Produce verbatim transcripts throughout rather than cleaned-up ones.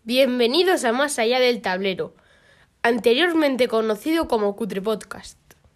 Bienvenidos a Más Allá del Tablero, anteriormente conocido como Cutre Podcast.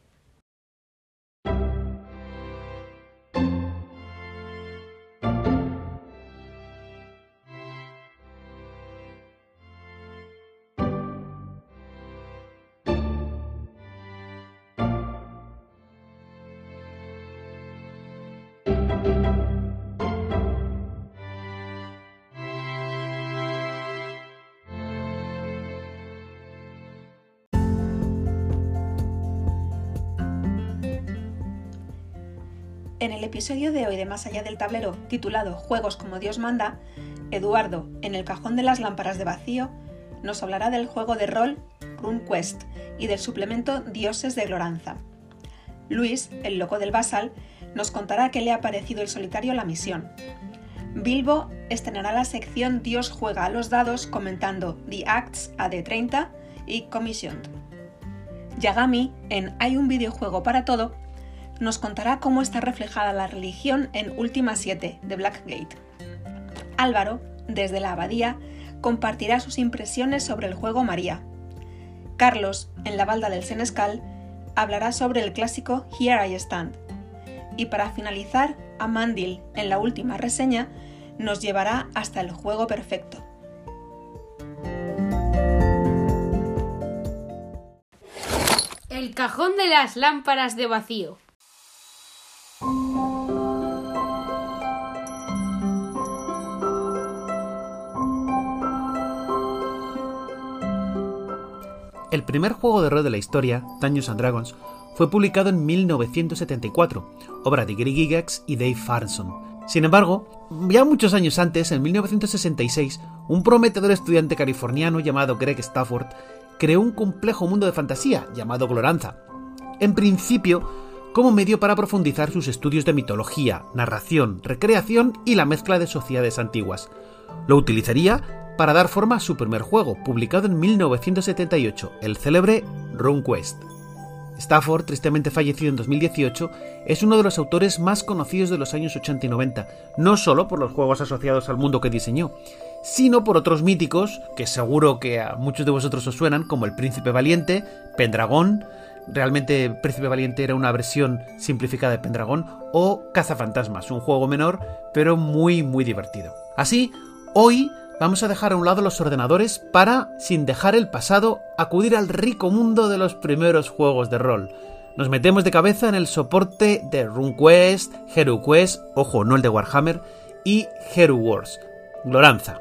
En el episodio de hoy de Más Allá del Tablero, titulado Juegos como Dios manda, Eduardo, en el cajón de las lámparas de vacío, nos hablará del juego de rol RuneQuest y del suplemento Dioses de Gloranza. Luis, el loco del Basal, nos contará qué le ha parecido el solitario La Misión. Bilbo estrenará la sección Dios juega a los dados comentando The Acts A D treinta y Commissioned. Yagami, en Hay un videojuego para todo, nos contará cómo está reflejada la religión en Última siete, de Blackgate. Álvaro, desde la abadía, compartirá sus impresiones sobre el juego María. Carlos, en la balda del Senescal, hablará sobre el clásico Here I Stand. Y para finalizar, Amandil, en la última reseña, nos llevará hasta el juego perfecto. El cajón de las lámparas de vacío. El primer juego de rol de la historia, Dungeons and Dragons, fue publicado en mil novecientos setenta y cuatro, obra de Gary Gygax y Dave Farson. Sin embargo, ya muchos años antes, en mil novecientos sesenta y seis, un prometedor estudiante californiano llamado Greg Stafford creó un complejo mundo de fantasía llamado Gloranza, en principio como medio para profundizar sus estudios de mitología, narración, recreación y la mezcla de sociedades antiguas. Lo utilizaría para dar forma a su primer juego, publicado en mil novecientos setenta y ocho, el célebre RuneQuest. Stafford, tristemente fallecido en dos mil dieciocho, es uno de los autores más conocidos de los años ochenta y noventa, no solo por los juegos asociados al mundo que diseñó, sino por otros míticos, que seguro que a muchos de vosotros os suenan, como el Príncipe Valiente, Pendragón, realmente Príncipe Valiente era una versión simplificada de Pendragón, o Cazafantasmas, un juego menor, pero muy muy divertido. Así, hoy vamos a dejar a un lado los ordenadores para, sin dejar el pasado, acudir al rico mundo de los primeros juegos de rol. Nos metemos de cabeza en el soporte de RuneQuest, HeroQuest, ojo, no el de Warhammer, y Hero Wars, Gloranza.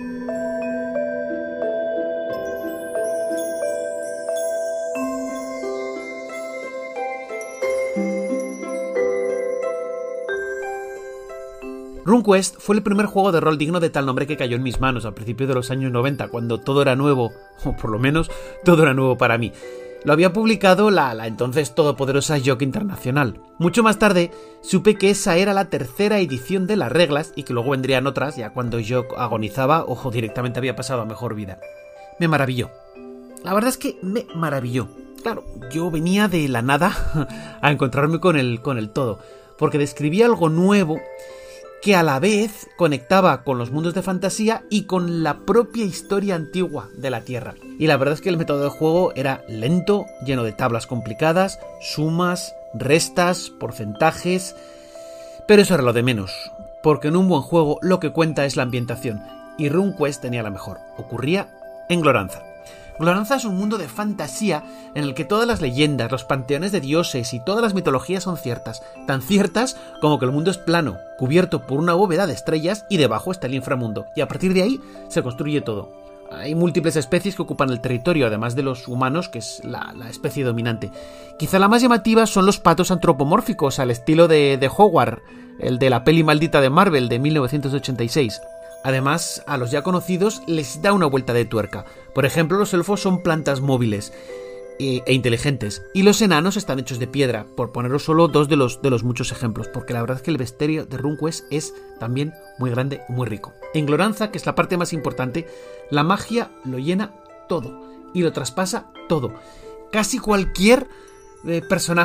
RuneQuest fue el primer juego de rol digno de tal nombre que cayó en mis manos a principios de los años noventa, cuando todo era nuevo, o por lo menos todo era nuevo para mí. Lo había publicado la, la entonces todopoderosa Yoke Internacional. Mucho más tarde supe que esa era la tercera edición de las reglas y que luego vendrían otras ya cuando Yoke agonizaba o directamente había pasado a mejor vida. Me maravilló. La verdad es que me maravilló. Claro, yo venía de la nada a encontrarme con el, con el todo, porque describía algo nuevo que a la vez conectaba con los mundos de fantasía y con la propia historia antigua de la Tierra. Y la verdad es que el método de juego era lento, lleno de tablas complicadas, sumas, restas, porcentajes, pero eso era lo de menos, porque en un buen juego lo que cuenta es la ambientación, y RuneQuest tenía la mejor, ocurría en Gloranza. Gloranza es un mundo de fantasía en el que todas las leyendas, los panteones de dioses y todas las mitologías son ciertas, tan ciertas como que el mundo es plano, cubierto por una bóveda de estrellas y debajo está el inframundo, y a partir de ahí se construye todo. Hay múltiples especies que ocupan el territorio, además de los humanos, que es la, la especie dominante. Quizá la más llamativa son los patos antropomórficos, al estilo de, de Howard, el de la peli maldita de Marvel de mil novecientos ochenta y seis. Además, a los ya conocidos les da una vuelta de tuerca. Por ejemplo, los elfos son plantas móviles e, e inteligentes, y los enanos están hechos de piedra, por poneros solo dos de los, de los muchos ejemplos, porque la verdad es que el bestiario de RuneQuest es también muy grande y muy rico. En Gloranza, que es la parte más importante, la magia lo llena todo, y lo traspasa todo. Casi cualquier eh, personaje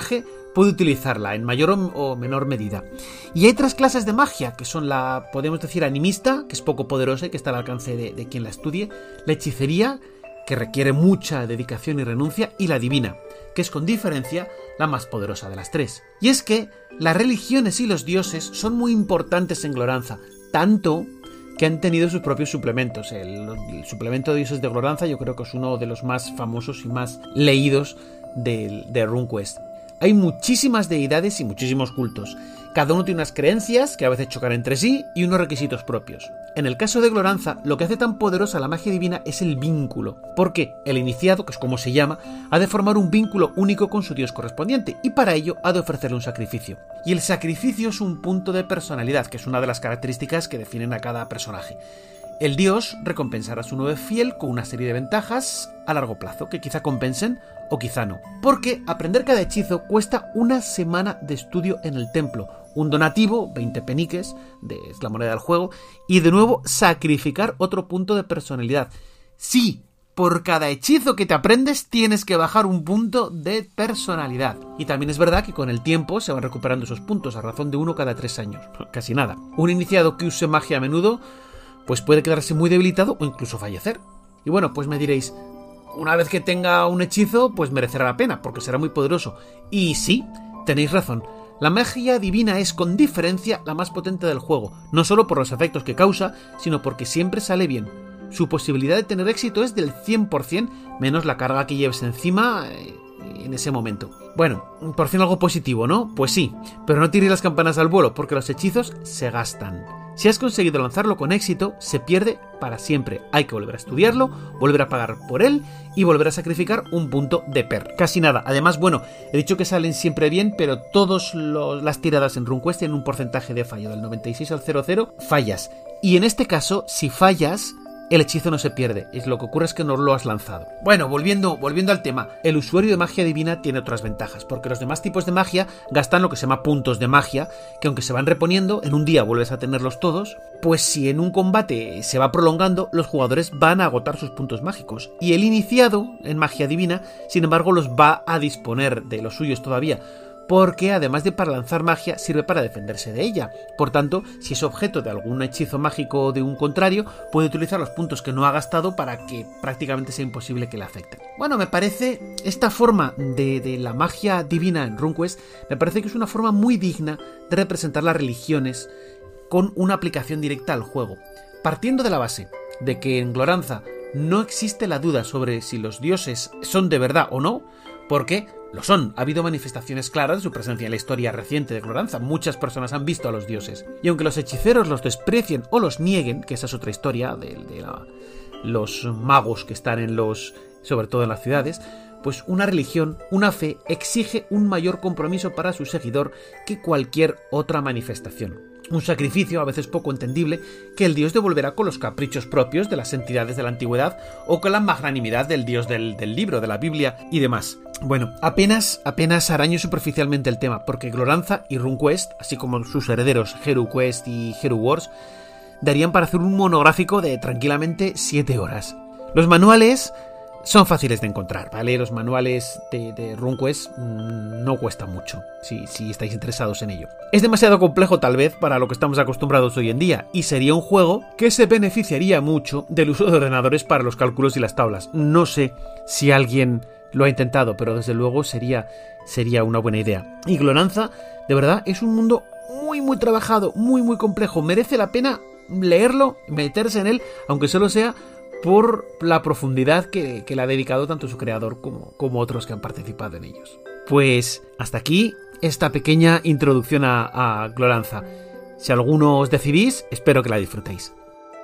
puede utilizarla en mayor o menor medida. Y hay tres clases de magia, que son la, podemos decir, animista, que es poco poderosa y que está al alcance de, de quien la estudie, la hechicería, que requiere mucha dedicación y renuncia, y la divina, que es con diferencia la más poderosa de las tres. Y es que las religiones y los dioses son muy importantes en Glorantha, tanto que han tenido sus propios suplementos. El, el suplemento de dioses de Glorantha yo creo que es uno de los más famosos y más leídos de, de RuneQuest. Hay muchísimas deidades y muchísimos cultos. Cada uno tiene unas creencias que a veces chocan entre sí y unos requisitos propios. En el caso de Glorantha, lo que hace tan poderosa la magia divina es el vínculo, porque el iniciado, que es como se llama, ha de formar un vínculo único con su dios correspondiente, y para ello ha de ofrecerle un sacrificio. Y el sacrificio es un punto de personalidad, que es una de las características que definen a cada personaje. El dios recompensará a su nuevo fiel con una serie de ventajas a largo plazo, que quizá compensen o quizá no. Porque aprender cada hechizo cuesta una semana de estudio en el templo, un donativo, veinte peniques, de, es la moneda del juego, y de nuevo sacrificar otro punto de personalidad. Sí, por cada hechizo que te aprendes tienes que bajar un punto de personalidad. Y también es verdad que con el tiempo se van recuperando esos puntos a razón de uno cada tres años, casi nada. Un iniciado que use magia a menudo pues puede quedarse muy debilitado o incluso fallecer. Y bueno, pues me diréis, una vez que tenga un hechizo, pues merecerá la pena, porque será muy poderoso. Y sí, tenéis razón. La magia divina es con diferencia la más potente del juego, no solo por los efectos que causa, sino porque siempre sale bien. Su posibilidad de tener éxito es del cien por ciento, menos la carga que lleves encima eh, en ese momento. Bueno, por fin algo positivo, ¿no? Pues sí, pero no tiréis las campanas al vuelo, porque los hechizos se gastan. Si has conseguido lanzarlo con éxito, se pierde para siempre. Hay que volver a estudiarlo, volver a pagar por él y volver a sacrificar un punto de per. Casi nada. Además, bueno, he dicho que salen siempre bien, pero todas las tiradas en RuneQuest tienen un porcentaje de fallo del noventa y seis al cero cero fallas. Y en este caso, si fallas, el hechizo no se pierde, es lo que ocurre es que no lo has lanzado. Bueno, volviendo, volviendo al tema, el usuario de magia divina tiene otras ventajas, porque los demás tipos de magia gastan lo que se llama puntos de magia, que aunque se van reponiendo, en un día vuelves a tenerlos todos, pues si en un combate se va prolongando, los jugadores van a agotar sus puntos mágicos, y el iniciado en magia divina, sin embargo, los va a disponer de los suyos todavía, porque además de para lanzar magia, sirve para defenderse de ella. Por tanto, si es objeto de algún hechizo mágico de un contrario, puede utilizar los puntos que no ha gastado para que prácticamente sea imposible que le afecten. Bueno, me parece esta forma de, de la magia divina en RuneQuest, me parece que es una forma muy digna de representar las religiones con una aplicación directa al juego. Partiendo de la base de que en Glorantha no existe la duda sobre si los dioses son de verdad o no, porque lo son. Ha habido manifestaciones claras de su presencia en la historia reciente de Glorantha. Muchas personas han visto a los dioses. Y aunque los hechiceros los desprecien o los nieguen, que esa es otra historia de, de la, los magos que están en los, sobre todo en las ciudades, pues una religión, una fe, exige un mayor compromiso para su seguidor que cualquier otra manifestación. Un sacrificio, a veces poco entendible, que el dios devolverá con los caprichos propios de las entidades de la antigüedad o con la magnanimidad del dios del, del libro, de la Biblia y demás. Bueno, apenas, apenas araño superficialmente el tema, porque Glorantha y RuneQuest, así como sus herederos HeroQuest y HeroWars, darían para hacer un monográfico de tranquilamente siete horas. Los manuales son fáciles de encontrar, ¿vale? Los manuales de, de RuneQuest mmm, no cuestan mucho, si, si estáis interesados en ello. Es demasiado complejo tal vez para lo que estamos acostumbrados hoy en día, y sería un juego que se beneficiaría mucho del uso de ordenadores para los cálculos y las tablas. No sé si alguien lo ha intentado, pero desde luego sería, sería una buena idea. Y Glorantha, de verdad, es un mundo muy muy trabajado, muy muy complejo. Merece la pena leerlo, meterse en él, aunque solo sea por la profundidad que, que le ha dedicado tanto su creador como, como otros que han participado en ellos. Pues hasta aquí esta pequeña introducción a, a Glorantha. Si alguno os decidís, espero que la disfrutéis.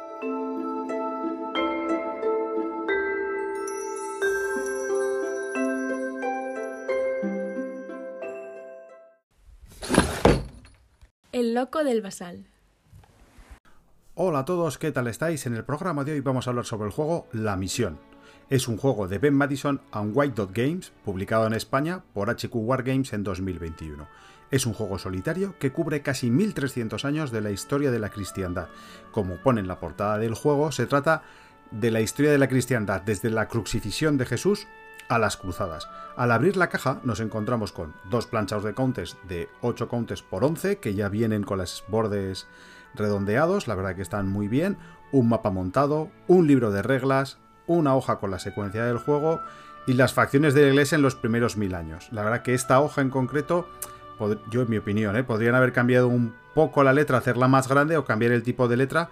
El loco del Basal. Hola a todos, ¿qué tal estáis? En el programa de hoy vamos a hablar sobre el juego La Misión. Es un juego de Ben Madison and White Dot Games, publicado en España por H Q Wargames en dos mil veintiuno. Es un juego solitario que cubre casi mil trescientos años de la historia de la cristiandad. Como pone en la portada del juego, se trata de la historia de la cristiandad desde la crucifixión de Jesús a las cruzadas. Al abrir la caja nos encontramos con dos planchados de counters de ocho counters por once, que ya vienen con los bordes redondeados, la verdad que están muy bien, un mapa montado, un libro de reglas, una hoja con la secuencia del juego y las facciones de la iglesia en los primeros mil años. La verdad que esta hoja en concreto, yo en mi opinión, ¿eh? podrían haber cambiado un poco la letra, hacerla más grande o cambiar el tipo de letra,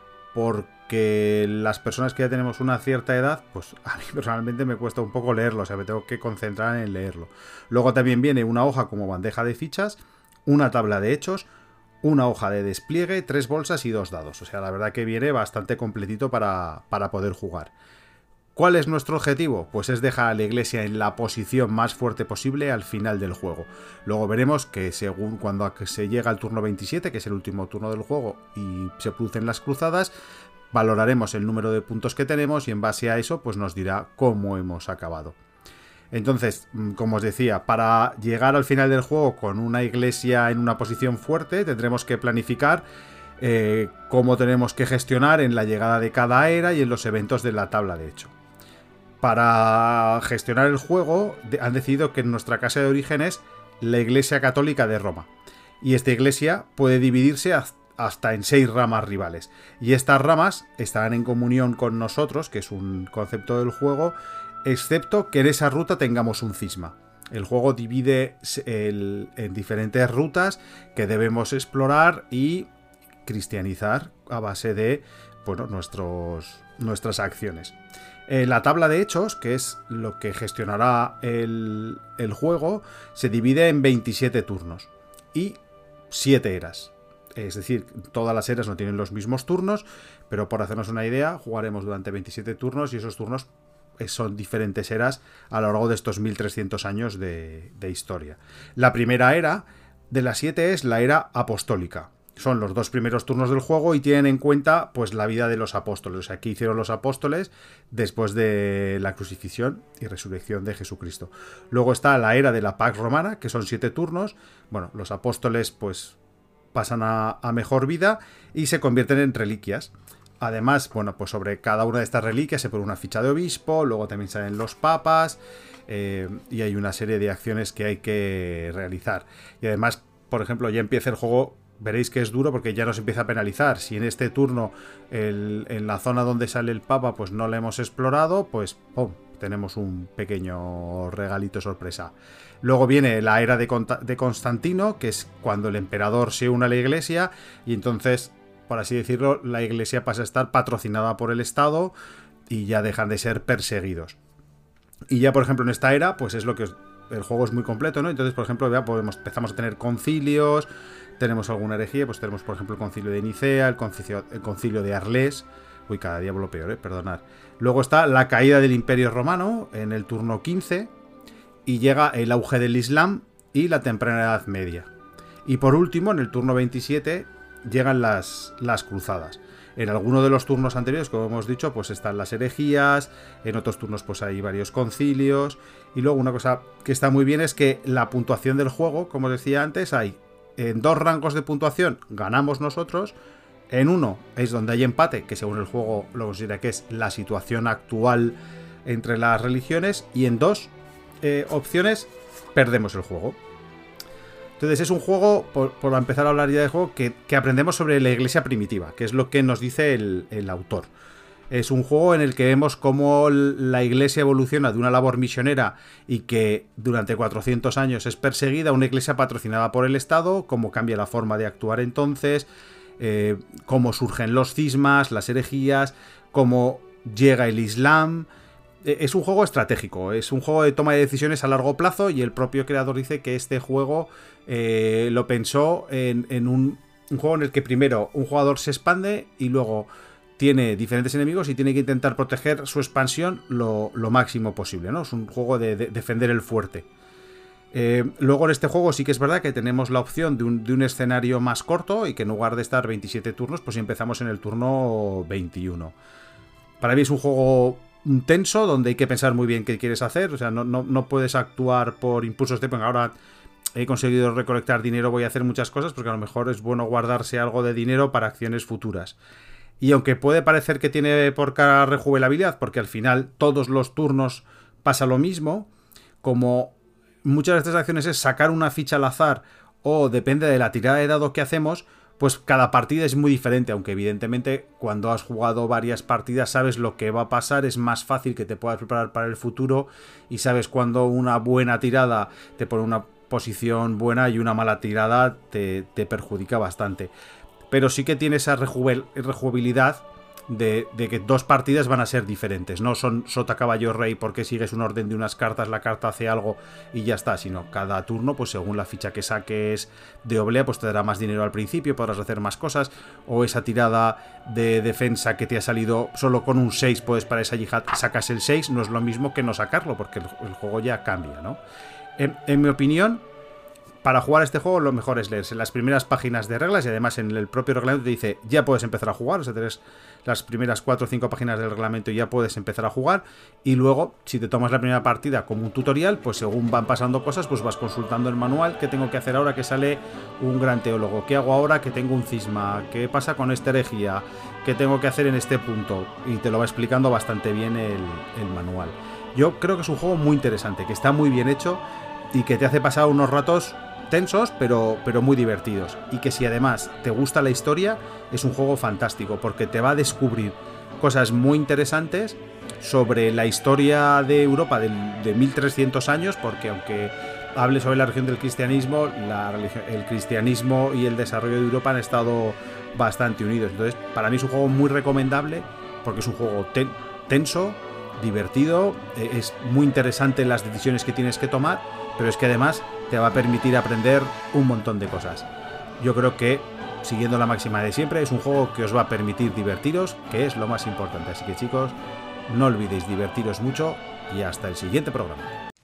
porque las personas que ya tenemos una cierta edad, pues a mí personalmente me cuesta un poco leerlo, o sea, me tengo que concentrar en leerlo. Luego también viene una hoja como bandeja de fichas, una tabla de hechos, una hoja de despliegue, tres bolsas y dos dados. O sea, la verdad que viene bastante completito para, para poder jugar. ¿Cuál es nuestro objetivo? Pues es dejar a la iglesia en la posición más fuerte posible al final del juego. Luego veremos que según cuando se llega al turno veintisiete, que es el último turno del juego, y se producen las cruzadas, valoraremos el número de puntos que tenemos y en base a eso pues nos dirá cómo hemos acabado. Entonces, como os decía, para llegar al final del juego con una iglesia en una posición fuerte, tendremos que planificar eh, cómo tenemos que gestionar en la llegada de cada era y en los eventos de la tabla de hecho. Para gestionar el juego han decidido que en nuestra casa de origen es la Iglesia Católica de Roma. Y esta iglesia puede dividirse hasta en seis ramas rivales. Y estas ramas estarán en comunión con nosotros, que es un concepto del juego, excepto que en esa ruta tengamos un cisma. El juego divide el, en diferentes rutas que debemos explorar y cristianizar a base de bueno, nuestros, nuestras acciones. Eh, la tabla de hechos, que es lo que gestionará el, el juego, se divide en veintisiete turnos y siete eras. Es decir, todas las eras no tienen los mismos turnos, pero por hacernos una idea, jugaremos durante veintisiete turnos y esos turnos son diferentes eras a lo largo de estos mil trescientos años de, de historia. La primera era de las siete es la era apostólica. Son los dos primeros turnos del juego y tienen en cuenta pues la vida de los apóstoles. O sea, qué hicieron los apóstoles después de la crucifixión y resurrección de Jesucristo. Luego está la era de la Pax Romana, que son siete turnos. Bueno, los apóstoles pues pasan a, a mejor vida y se convierten en reliquias. Además, bueno, pues sobre cada una de estas reliquias se pone una ficha de obispo, luego también salen los papas eh, y hay una serie de acciones que hay que realizar. Y además, por ejemplo, ya empieza el juego. Veréis que es duro porque ya nos empieza a penalizar. Si en este turno el, en la zona donde sale el Papa pues no lo hemos explorado, pues ¡pum!, tenemos un pequeño regalito sorpresa. Luego viene la era de, de Constantino, que es cuando el emperador se une a la iglesia y entonces, por así decirlo, la iglesia pasa a estar patrocinada por el Estado y ya dejan de ser perseguidos. Y ya, por ejemplo, en esta era, pues es lo que os, el juego es muy completo, ¿no? Entonces, por ejemplo, ya podemos, empezamos a tener concilios. Tenemos alguna herejía, pues tenemos por ejemplo el concilio de Nicea, el concilio, el concilio de Arles. Uy, cada día hablo peor, eh, perdonad. Luego está la caída del Imperio Romano en el turno quince. Y llega el auge del Islam y la temprana Edad Media. Y por último, en el turno veintisiete, llegan las, las cruzadas. En alguno de los turnos anteriores, como hemos dicho, pues están las herejías. En otros turnos pues hay varios concilios. Y luego una cosa que está muy bien es que la puntuación del juego, como os decía antes, hay en dos rangos de puntuación ganamos nosotros, en uno es donde hay empate, que según el juego lo considera que es la situación actual entre las religiones, y en dos eh, opciones perdemos el juego. Entonces es un juego, por, por empezar a hablar ya de juego, que, que aprendemos sobre la iglesia primitiva, que es lo que nos dice el, el autor. Es un juego en el que vemos cómo la iglesia evoluciona de una labor misionera y que durante cuatrocientos años es perseguida a una iglesia patrocinada por el Estado, cómo cambia la forma de actuar entonces, eh, cómo surgen los cismas, las herejías, cómo llega el Islam. Es un juego estratégico, es un juego de toma de decisiones a largo plazo y el propio creador dice que este juego eh, lo pensó en, en un, un juego en el que primero un jugador se expande y luego tiene diferentes enemigos y tiene que intentar proteger su expansión lo, lo máximo posible, ¿no? Es un juego de, de defender el fuerte. Eh, luego en este juego sí que es verdad que tenemos la opción de un, de un escenario más corto y que en lugar de estar veintisiete turnos, pues empezamos en el turno veintiuno. Para mí es un juego tenso donde hay que pensar muy bien qué quieres hacer, o sea, no, no, no puedes actuar por impulsos de, bueno, ahora he conseguido recolectar dinero, voy a hacer muchas cosas, porque a lo mejor es bueno guardarse algo de dinero para acciones futuras. Y aunque puede parecer que tiene por cara rejugabilidad, porque al final todos los turnos pasa lo mismo. Como muchas de estas acciones es sacar una ficha al azar o depende de la tirada de dado que hacemos, pues cada partida es muy diferente, aunque evidentemente cuando has jugado varias partidas sabes lo que va a pasar, es más fácil que te puedas preparar para el futuro y sabes cuando una buena tirada te pone una posición buena y una mala tirada te, te perjudica bastante. Pero sí que tiene esa rejugabilidad de, de que dos partidas van a ser diferentes, no son sota, caballo, rey porque sigues un orden de unas cartas, la carta hace algo y ya está, sino cada turno, pues según la ficha que saques de oblea, pues te dará más dinero al principio, podrás hacer más cosas, o esa tirada de defensa que te ha salido solo con un seis, puedes para esa yihad sacas el seis, no es lo mismo que no sacarlo, porque el, el juego ya cambia, ¿no? En, en mi opinión, para jugar este juego lo mejor es leerse las primeras páginas de reglas y además en el propio reglamento te dice ya puedes empezar a jugar, o sea, tienes las primeras cuatro o cinco páginas del reglamento y ya puedes empezar a jugar y luego si te tomas la primera partida como un tutorial, pues según van pasando cosas pues vas consultando el manual, qué tengo que hacer ahora que sale un gran teólogo, qué hago ahora que tengo un cisma, qué pasa con esta herejía, qué tengo que hacer en este punto y te lo va explicando bastante bien el, el manual. Yo creo que es un juego muy interesante, que está muy bien hecho y que te hace pasar unos ratos tensos pero, pero muy divertidos y que si además te gusta la historia es un juego fantástico porque te va a descubrir cosas muy interesantes sobre la historia de Europa de, de mil trescientos años, porque aunque hable sobre la religión del cristianismo, la religión, el cristianismo y el desarrollo de Europa han estado bastante unidos. Entonces para mí es un juego muy recomendable porque es un juego ten, tenso, divertido, es muy interesante las decisiones que tienes que tomar, pero es que además te va a permitir aprender un montón de cosas. Yo creo que, siguiendo la máxima de siempre, es un juego que os va a permitir divertiros, que es lo más importante. Así que chicos, no olvidéis divertiros mucho y hasta el siguiente programa.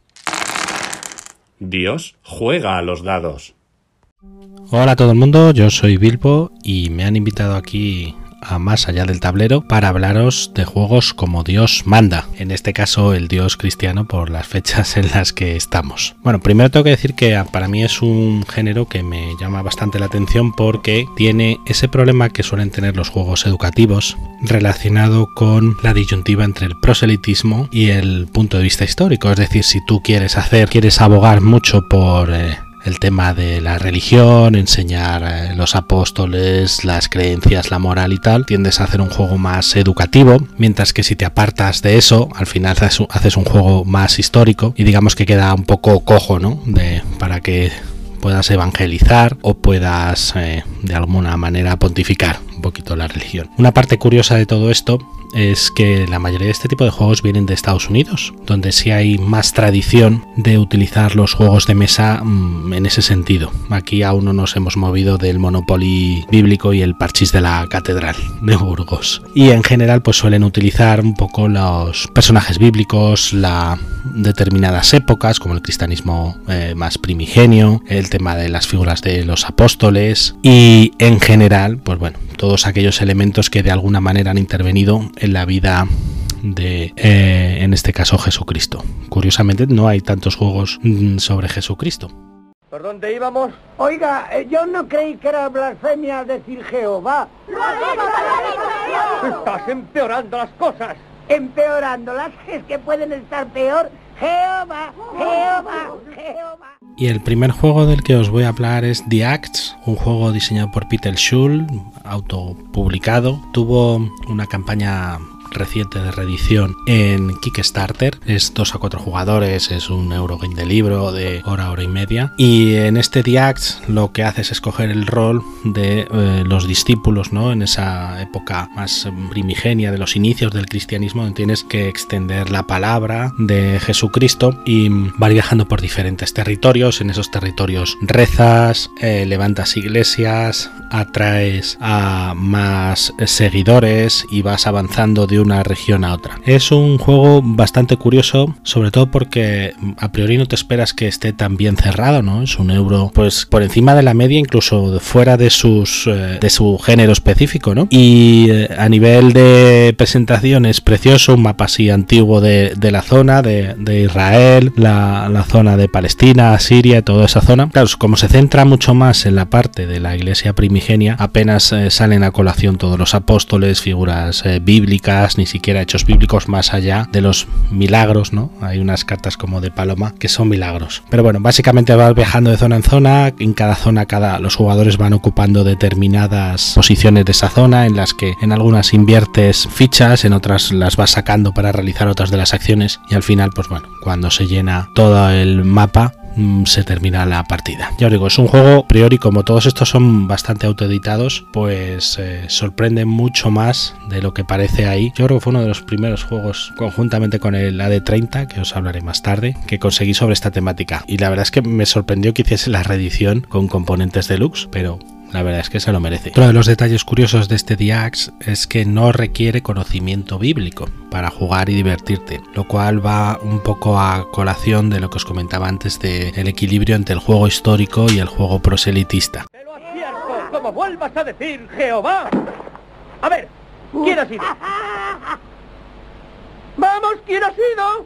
Dios juega a los dados. Hola a todo el mundo, yo soy Bilbo y me han invitado aquí a Más Allá del Tablero para hablaros de juegos como Dios manda, en este caso el Dios cristiano por las fechas en las que estamos. Bueno, primero tengo que decir que para mí es un género que me llama bastante la atención porque tiene ese problema que suelen tener los juegos educativos relacionado con la disyuntiva entre el proselitismo y el punto de vista histórico, es decir, si tú quieres hacer, quieres abogar mucho por eh, el tema de la religión, enseñar eh, los apóstoles, las creencias, la moral y tal, tiendes a hacer un juego más educativo, mientras que si te apartas de eso, al final haces, haces un juego más histórico y digamos que queda un poco cojo, ¿no? De, para que puedas evangelizar o puedas eh, de alguna manera pontificar un poquito la religión. Una parte curiosa de todo esto es que la mayoría de este tipo de juegos vienen de Estados Unidos, donde sí hay más tradición de utilizar los juegos de mesa mmm, en ese sentido. Aquí aún no nos hemos movido del Monopoly bíblico y el parchís de la Catedral de Burgos. Y en general pues suelen utilizar un poco los personajes bíblicos, la determinadas épocas, como el cristianismo eh, más primigenio, el tema de las figuras de los apóstoles y en general, pues bueno, todos aquellos elementos que de alguna manera han intervenido en la vida de, eh, en este caso, Jesucristo. Curiosamente no hay tantos juegos mm, sobre Jesucristo. ¿Por dónde íbamos? Oiga, eh, yo no creí que era blasfemia decir Jehová. ¡Lo has dicho, lo has dicho! Estás empeorando las cosas. ¿Empeorándolas? ¿Es que pueden estar peor? Jehová, Jehová, Jehová. Y el primer juego del que os voy a hablar es The Acts, un juego diseñado por Peter Schul, autopublicado. Tuvo una campaña reciente de reedición en Kickstarter, es dos a cuatro jugadores, es un Eurogame de libro de hora, hora y media, y en este The Acts lo que hace es escoger el rol de eh, los discípulos, ¿no? En esa época más primigenia de los inicios del cristianismo, donde tienes que extender la palabra de Jesucristo y vas viajando por diferentes territorios. En esos territorios rezas, eh, levantas iglesias, atraes a más seguidores y vas avanzando de una región a otra. Es un juego bastante curioso, sobre todo porque a priori no te esperas que esté tan bien cerrado, ¿no? Es un euro pues por encima de la media, incluso fuera de sus eh, de su género específico, ¿no? Y eh, a nivel de presentación es precioso, un mapa así antiguo de, de la zona de, de Israel, la, la zona de Palestina, Siria, toda esa zona. Claro, como se centra mucho más en la parte de la iglesia primigenia, apenas eh, salen a colación todos los apóstoles, figuras eh, bíblicas, cartas ni siquiera hechos bíblicos más allá de los milagros, ¿no? Hay unas cartas como de paloma que son milagros. Pero bueno, básicamente vas viajando de zona en zona, en cada zona cada los jugadores van ocupando determinadas posiciones de esa zona en las que en algunas inviertes fichas, en otras las vas sacando para realizar otras de las acciones y al final, pues bueno, cuando se llena todo el mapa se termina la partida. Ya os digo, es un juego a priori, como todos estos son bastante autoeditados, pues eh, sorprende mucho más de lo que parece ahí. Yo creo que fue uno de los primeros juegos, conjuntamente con el A D treinta, que os hablaré más tarde, que conseguí sobre esta temática, y la verdad es que me sorprendió que hiciese la reedición con componentes deluxe, pero la verdad es que se lo merece. Otro de los detalles curiosos de este The Axe es que no requiere conocimiento bíblico para jugar y divertirte, lo cual va un poco a colación de lo que os comentaba antes del equilibrio entre el juego histórico y el juego proselitista. Te lo advierto, como vuelvas a decir Jehová. A ver, ¿quién ha sido? ¡Vamos, quién ha sido!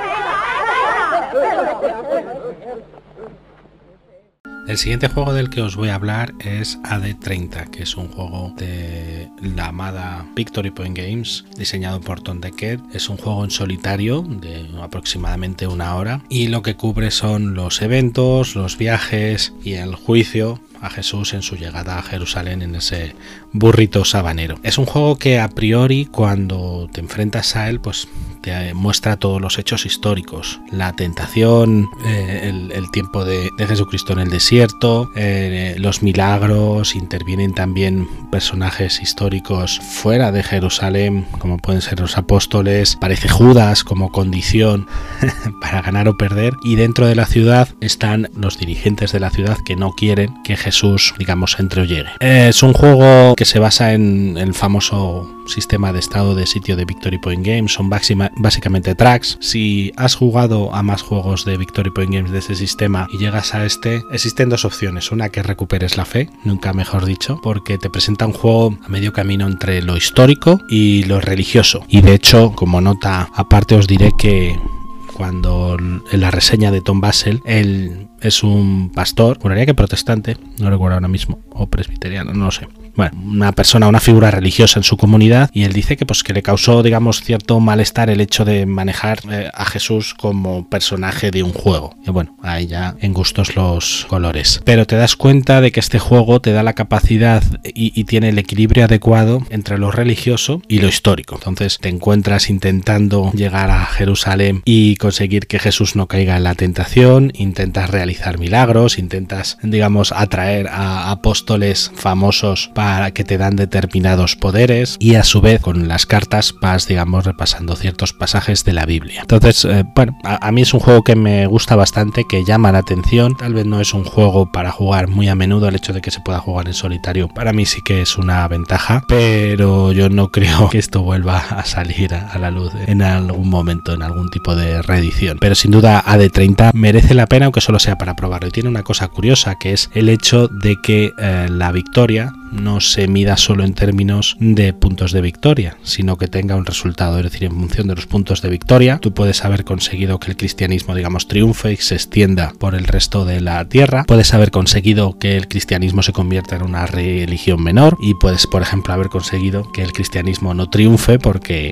El siguiente juego del que os voy a hablar es A D treinta, que es un juego de la amada Victory Point Games, diseñado por Tom Decker. Es un juego en solitario de aproximadamente una hora y lo que cubre son los eventos, los viajes y el juicio a Jesús en su llegada a Jerusalén en ese burrito sabanero. Es un juego que a priori, cuando te enfrentas a él, pues te muestra todos los hechos históricos, la tentación, eh, el, el tiempo de, de Jesucristo en el desierto, eh, los milagros. Intervienen también personajes históricos fuera de Jerusalén, como pueden ser los apóstoles, aparece Judas como condición para ganar o perder, y dentro de la ciudad están los dirigentes de la ciudad que no quieren que Jesús, digamos, entre o llegue. Es un juego que se basa en el famoso sistema de estado de sitio de Victory Point Games. Son básicamente tracks. Si has jugado a más juegos de Victory Point Games de ese sistema y llegas a este, existen dos opciones. Una, que recuperes la fe, nunca mejor dicho, porque te presenta un juego a medio camino entre lo histórico y lo religioso. Y de hecho, como nota aparte, os diré que cuando en la reseña de Tom Basel, él es un pastor, juraría que protestante, no recuerdo ahora mismo, o presbiteriano, no lo sé. Bueno, una persona, una figura religiosa en su comunidad, y él dice que pues que le causó, digamos, cierto malestar el hecho de manejar eh, a Jesús como personaje de un juego. Y bueno, ahí ya en gustos los colores. Pero te das cuenta de que este juego te da la capacidad y, y tiene el equilibrio adecuado entre lo religioso y lo histórico. Entonces te encuentras intentando llegar a Jerusalén y conseguir que Jesús no caiga en la tentación, intentas realizar milagros, intentas, digamos, atraer a apóstoles famosos para Para que te dan determinados poderes, y a su vez con las cartas vas, digamos, repasando ciertos pasajes de la Biblia. Entonces, eh, bueno, a, a mí es un juego que me gusta bastante, que llama la atención. Tal vez no es un juego para jugar muy a menudo, el hecho de que se pueda jugar en solitario para mí sí que es una ventaja, pero yo no creo que esto vuelva a salir a, a la luz en algún momento, en algún tipo de reedición. Pero sin duda A D treinta merece la pena, aunque solo sea para probarlo. Y tiene una cosa curiosa, que es el hecho de que eh, la victoria no se mida solo en términos de puntos de victoria, sino que tenga un resultado. Es decir, en función de los puntos de victoria, tú puedes haber conseguido que el cristianismo, digamos, triunfe y se extienda por el resto de la tierra. Puedes haber conseguido que el cristianismo se convierta en una religión menor, y puedes, por ejemplo, haber conseguido que el cristianismo no triunfe porque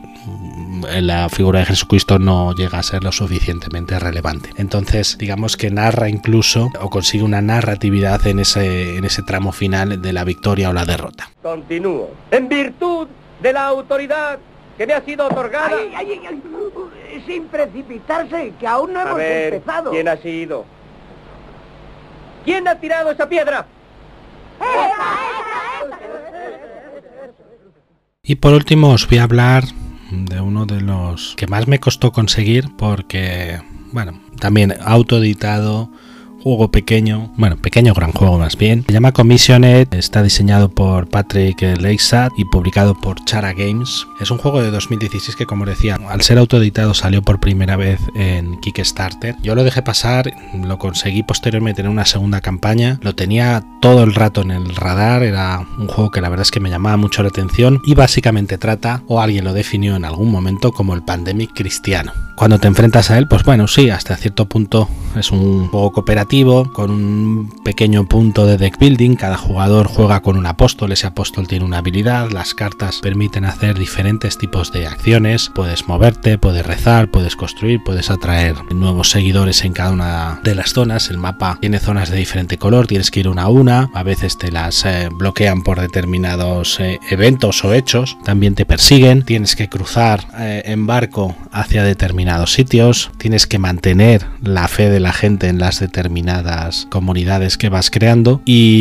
la figura de Jesucristo no llega a ser lo suficientemente relevante. Entonces, digamos que narra incluso, o consigue una narratividad en ese, en ese tramo final de la victoria o la derrota. Continúo. En virtud de la autoridad que me ha sido otorgada... Ay, ay, ay, ay, sin precipitarse, que aún no a hemos ver, empezado. ¿quién ha sido? ¿Quién ha tirado esa piedra? Y por último os voy a hablar de uno de los que más me costó conseguir, porque, bueno, también autoeditado, juego pequeño, bueno, pequeño gran juego más bien. Se llama Commissioned, está diseñado por Patrick Leisat y publicado por Chara Games. Es un juego de dos mil dieciséis que, como decía, al ser autoeditado salió por primera vez en Kickstarter. Yo lo dejé pasar, lo conseguí posteriormente en una segunda campaña, lo tenía todo el rato en el radar. Era un juego que la verdad es que me llamaba mucho la atención, y básicamente trata, o alguien lo definió en algún momento, como el Pandemic cristiano. cuando te enfrentas a él, pues bueno, sí, hasta cierto punto es un juego cooperativo con un pequeño punto de deck building. Cada jugador juega con un apóstol, ese apóstol tiene una habilidad, las cartas permiten hacer diferentes tipos de acciones, puedes moverte, puedes rezar, puedes construir, puedes atraer nuevos seguidores en cada una de las zonas. El mapa tiene zonas de diferente color, tienes que ir una a una, a veces te las eh, bloquean por determinados eh, eventos o hechos, también te persiguen, tienes que cruzar eh, en barco hacia determinados sitios, tienes que mantener la fe de la gente en las determinadas comunidades que vas creando.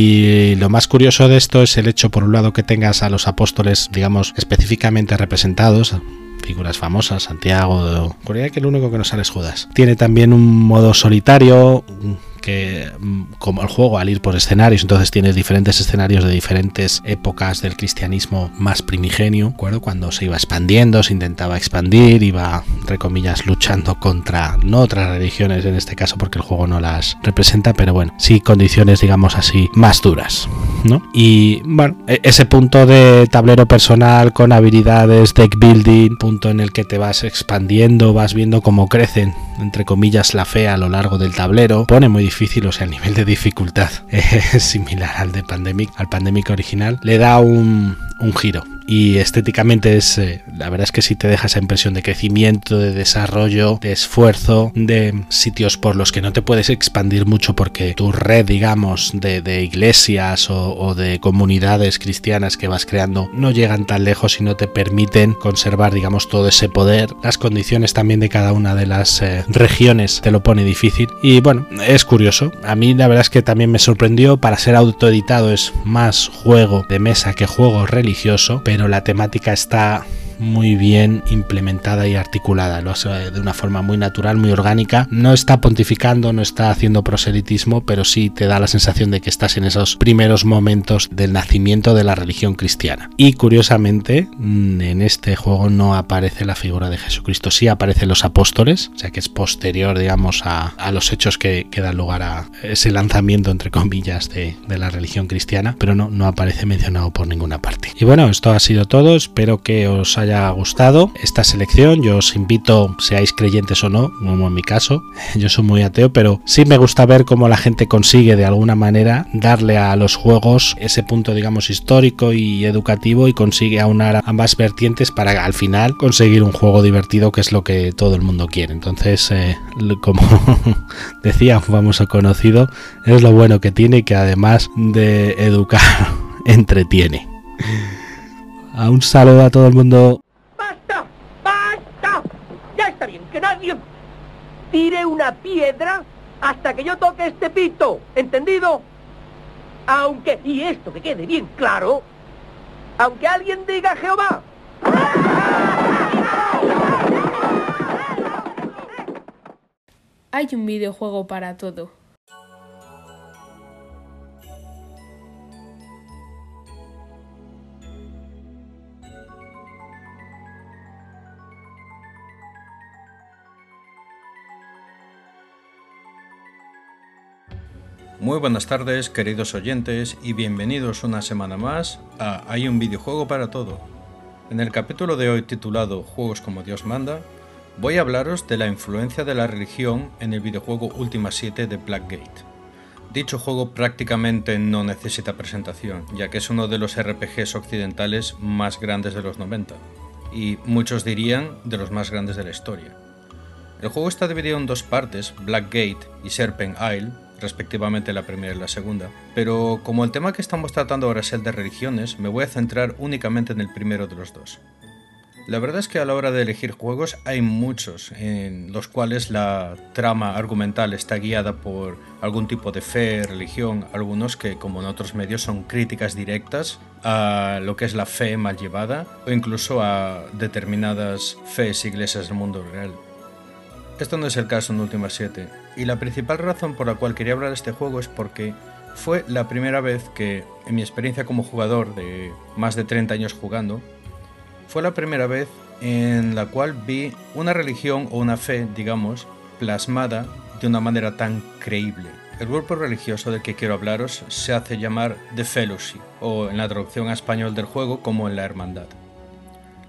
Y lo más curioso de esto es el hecho, por un lado, que tengas a los apóstoles, digamos, específicamente representados, figuras famosas, Santiago, Corea, que el único que no sale es Judas. Tiene también un modo solitario, que como el juego al ir por escenarios, entonces tienes diferentes escenarios de diferentes épocas del cristianismo más primigenio, ¿de acuerdo? Cuando se iba expandiendo, se intentaba expandir, iba, entre comillas, luchando contra, no otras religiones en este caso porque el juego no las representa, pero bueno, sí condiciones, digamos así, más duras, ¿no? Y bueno, ese punto de tablero personal con habilidades, deck building, punto en el que te vas expandiendo, vas viendo cómo crecen, entre comillas, la fe a lo largo del tablero, pone muy difícil, o sea, el nivel de dificultad es similar al de Pandemic, al Pandemic original, le da un, un giro. Y estéticamente es, eh, la verdad es que sí te deja esa impresión de crecimiento, de desarrollo, de esfuerzo, de sitios por los que no te puedes expandir mucho porque tu red, digamos, de, de iglesias o, o de comunidades cristianas que vas creando no llegan tan lejos y no te permiten conservar, digamos, todo ese poder. Las condiciones también de cada una de las eh, regiones te lo pone difícil y bueno, es curioso. A mí la verdad es que también me sorprendió. Para ser autoeditado es más juego de mesa que juego religioso, pero pero la temática está muy bien implementada y articulada, lo hace de una forma muy natural, muy orgánica. No está pontificando, no está haciendo proselitismo, pero sí te da la sensación de que estás en esos primeros momentos del nacimiento de la religión cristiana. Y curiosamente, en este juego no aparece la figura de Jesucristo, sí aparecen los apóstoles, o sea que es posterior, digamos, a, a los hechos que, que dan lugar a ese lanzamiento, entre comillas, de, de la religión cristiana, pero no, no aparece mencionado por ninguna parte. Y bueno, esto ha sido todo, espero que os haya haya gustado esta selección. Yo os invito, seáis creyentes o no, como en mi caso, yo soy muy ateo, pero sí me gusta ver cómo la gente consigue de alguna manera darle a los juegos ese punto, digamos, histórico y educativo y consigue aunar ambas vertientes para al final conseguir un juego divertido, que es lo que todo el mundo quiere. Entonces, eh, como decía un famoso conocido, es lo bueno que tiene, que además de educar, entretiene. A un saludo a todo el mundo. ¡Basta! ¡Basta! Ya está bien, que nadie tire una piedra hasta que yo toque este pito, ¿entendido? Aunque, y esto que quede bien claro, aunque alguien diga Jehová. Hay un videojuego para todo. Muy buenas tardes, queridos oyentes, y bienvenidos una semana más a Hay un videojuego para todo. En el capítulo de hoy, titulado Juegos como Dios manda, voy a hablaros de la influencia de la religión en el videojuego Ultima siete de Blackgate. Dicho juego prácticamente no necesita presentación, ya que es uno de los R P Gs occidentales más grandes de los noventa, y muchos dirían de los más grandes de la historia. El juego está dividido en dos partes, Blackgate y Serpent Isle, respectivamente la primera y la segunda, pero como el tema que estamos tratando ahora es el de religiones, me voy a centrar únicamente en el primero de los dos. La verdad es que a la hora de elegir juegos hay muchos en los cuales la trama argumental está guiada por algún tipo de fe, religión, algunos que, como en otros medios, son críticas directas a lo que es la fe mal llevada o incluso a determinadas fees e iglesias del mundo real. Esto no es el caso en Ultima siete, y la principal razón por la cual quería hablar de este juego es porque fue la primera vez que, en mi experiencia como jugador de más de treinta años jugando, fue la primera vez en la cual vi una religión o una fe, digamos, plasmada de una manera tan creíble. El grupo religioso del que quiero hablaros se hace llamar The Fellowship, o en la traducción a español del juego como en la Hermandad.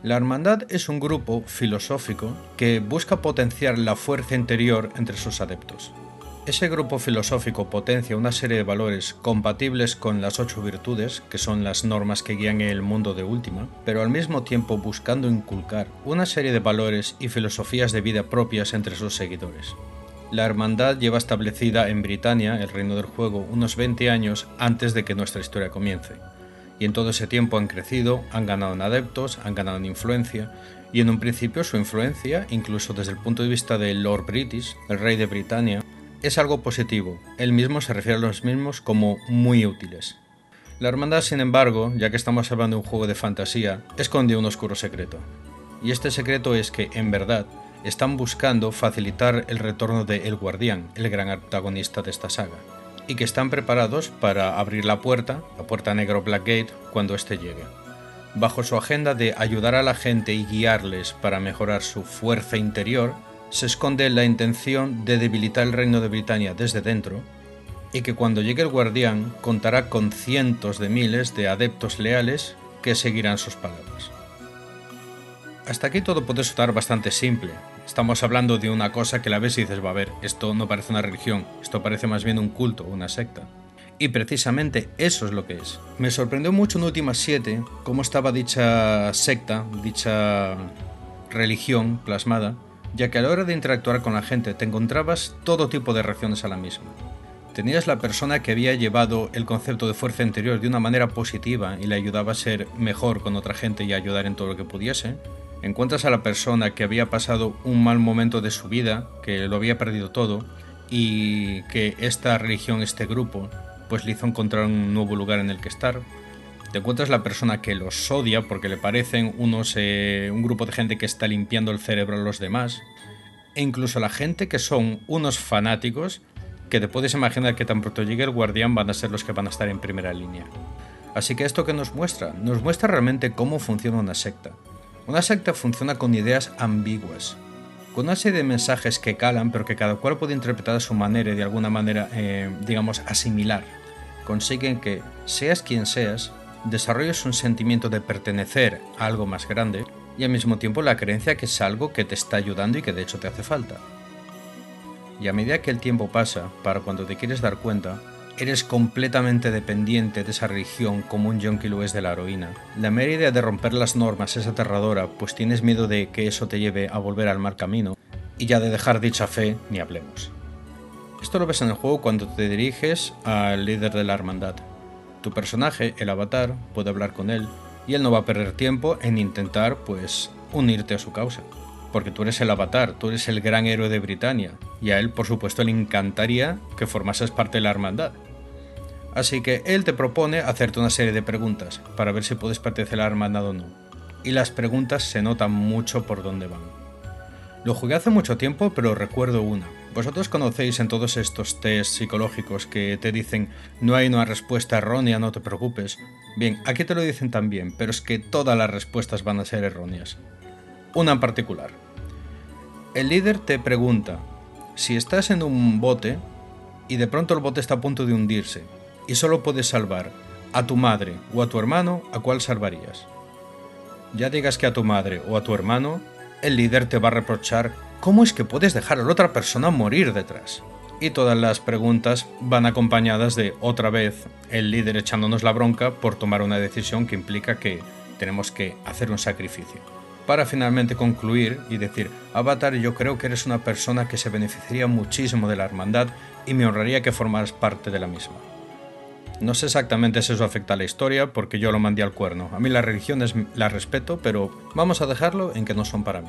La Hermandad es un grupo filosófico que busca potenciar la fuerza interior entre sus adeptos. Ese grupo filosófico potencia una serie de valores compatibles con las ocho virtudes, que son las normas que guían el mundo de Última, pero al mismo tiempo buscando inculcar una serie de valores y filosofías de vida propias entre sus seguidores. La Hermandad lleva establecida en Britania, el reino del juego, unos veinte años antes de que nuestra historia comience. Y en todo ese tiempo han crecido, han ganado en adeptos, han ganado en influencia, y en un principio su influencia, incluso desde el punto de vista del Lord British, el rey de Britania, es algo positivo. Él mismo se refiere a los mismos como muy útiles. La Hermandad, sin embargo, ya que estamos hablando de un juego de fantasía, esconde un oscuro secreto. Y este secreto es que, en verdad, están buscando facilitar el retorno de El Guardián, el gran antagonista de esta saga, y que están preparados para abrir la puerta, la puerta negra o Blackgate, cuando éste llegue. Bajo su agenda de ayudar a la gente y guiarles para mejorar su fuerza interior, se esconde la intención de debilitar el reino de Britania desde dentro, y que cuando llegue el Guardián contará con cientos de miles de adeptos leales que seguirán sus palabras. Hasta aquí todo puede sonar bastante simple. Estamos hablando de una cosa que la ves y dices, va a ver, esto no parece una religión, esto parece más bien un culto, una secta. Y precisamente eso es lo que es. Me sorprendió mucho en Última siete cómo estaba dicha secta, dicha religión plasmada, ya que a la hora de interactuar con la gente te encontrabas todo tipo de reacciones a la misma. Tenías la persona que había llevado el concepto de fuerza interior de una manera positiva y le ayudaba a ser mejor con otra gente y a ayudar en todo lo que pudiese. Encuentras a la persona que había pasado un mal momento de su vida, que lo había perdido todo, y que esta religión, este grupo, pues le hizo encontrar un nuevo lugar en el que estar. Te encuentras la persona que los odia porque le parecen unos, eh, un grupo de gente que está limpiando el cerebro a los demás, e incluso la gente que son unos fanáticos que te puedes imaginar que tan pronto llegue el Guardián van a ser los que van a estar en primera línea. Así que esto que nos muestra, nos muestra realmente cómo funciona una secta. Una secta funciona con ideas ambiguas, con una serie de mensajes que calan pero que cada cual puede interpretar a su manera y de alguna manera, eh, digamos, asimilar. Consiguen que, seas quien seas, desarrolles un sentimiento de pertenecer a algo más grande y al mismo tiempo la creencia que es algo que te está ayudando y que de hecho te hace falta. Y a medida que el tiempo pasa, para cuando te quieres dar cuenta, eres completamente dependiente de esa religión como un yonki lo es de la heroína. La mera idea de romper las normas es aterradora, pues tienes miedo de que eso te lleve a volver al mal camino, y ya de dejar dicha fe ni hablemos. Esto lo ves en el juego cuando te diriges al líder de la hermandad. Tu personaje, el avatar, puede hablar con él, y él no va a perder tiempo en intentar, pues, unirte a su causa. Porque tú eres el avatar, tú eres el gran héroe de Britania, y a él, por supuesto, le encantaría que formases parte de la hermandad. Así que él te propone hacerte una serie de preguntas, para ver si puedes pertenecer a la hermandad o no. Y las preguntas se notan mucho por dónde van. Lo jugué hace mucho tiempo, pero recuerdo una. Vosotros conocéis en todos estos test psicológicos que te dicen no hay una respuesta errónea, no te preocupes. Bien, aquí te lo dicen también, pero es que todas las respuestas van a ser erróneas. Una en particular. El líder te pregunta si estás en un bote y de pronto el bote está a punto de hundirse y solo puedes salvar a tu madre o a tu hermano, ¿a cuál salvarías? Ya digas que a tu madre o a tu hermano, el líder te va a reprochar ¿cómo es que puedes dejar a la otra persona morir detrás? Y todas las preguntas van acompañadas de, otra vez, el líder echándonos la bronca por tomar una decisión que implica que tenemos que hacer un sacrificio. Para finalmente concluir y decir, Avatar, yo creo que eres una persona que se beneficiaría muchísimo de la hermandad y me honraría que formaras parte de la misma. No sé exactamente si eso afecta a la historia, porque yo lo mandé al cuerno. A mí las religiones las respeto, pero vamos a dejarlo en que no son para mí.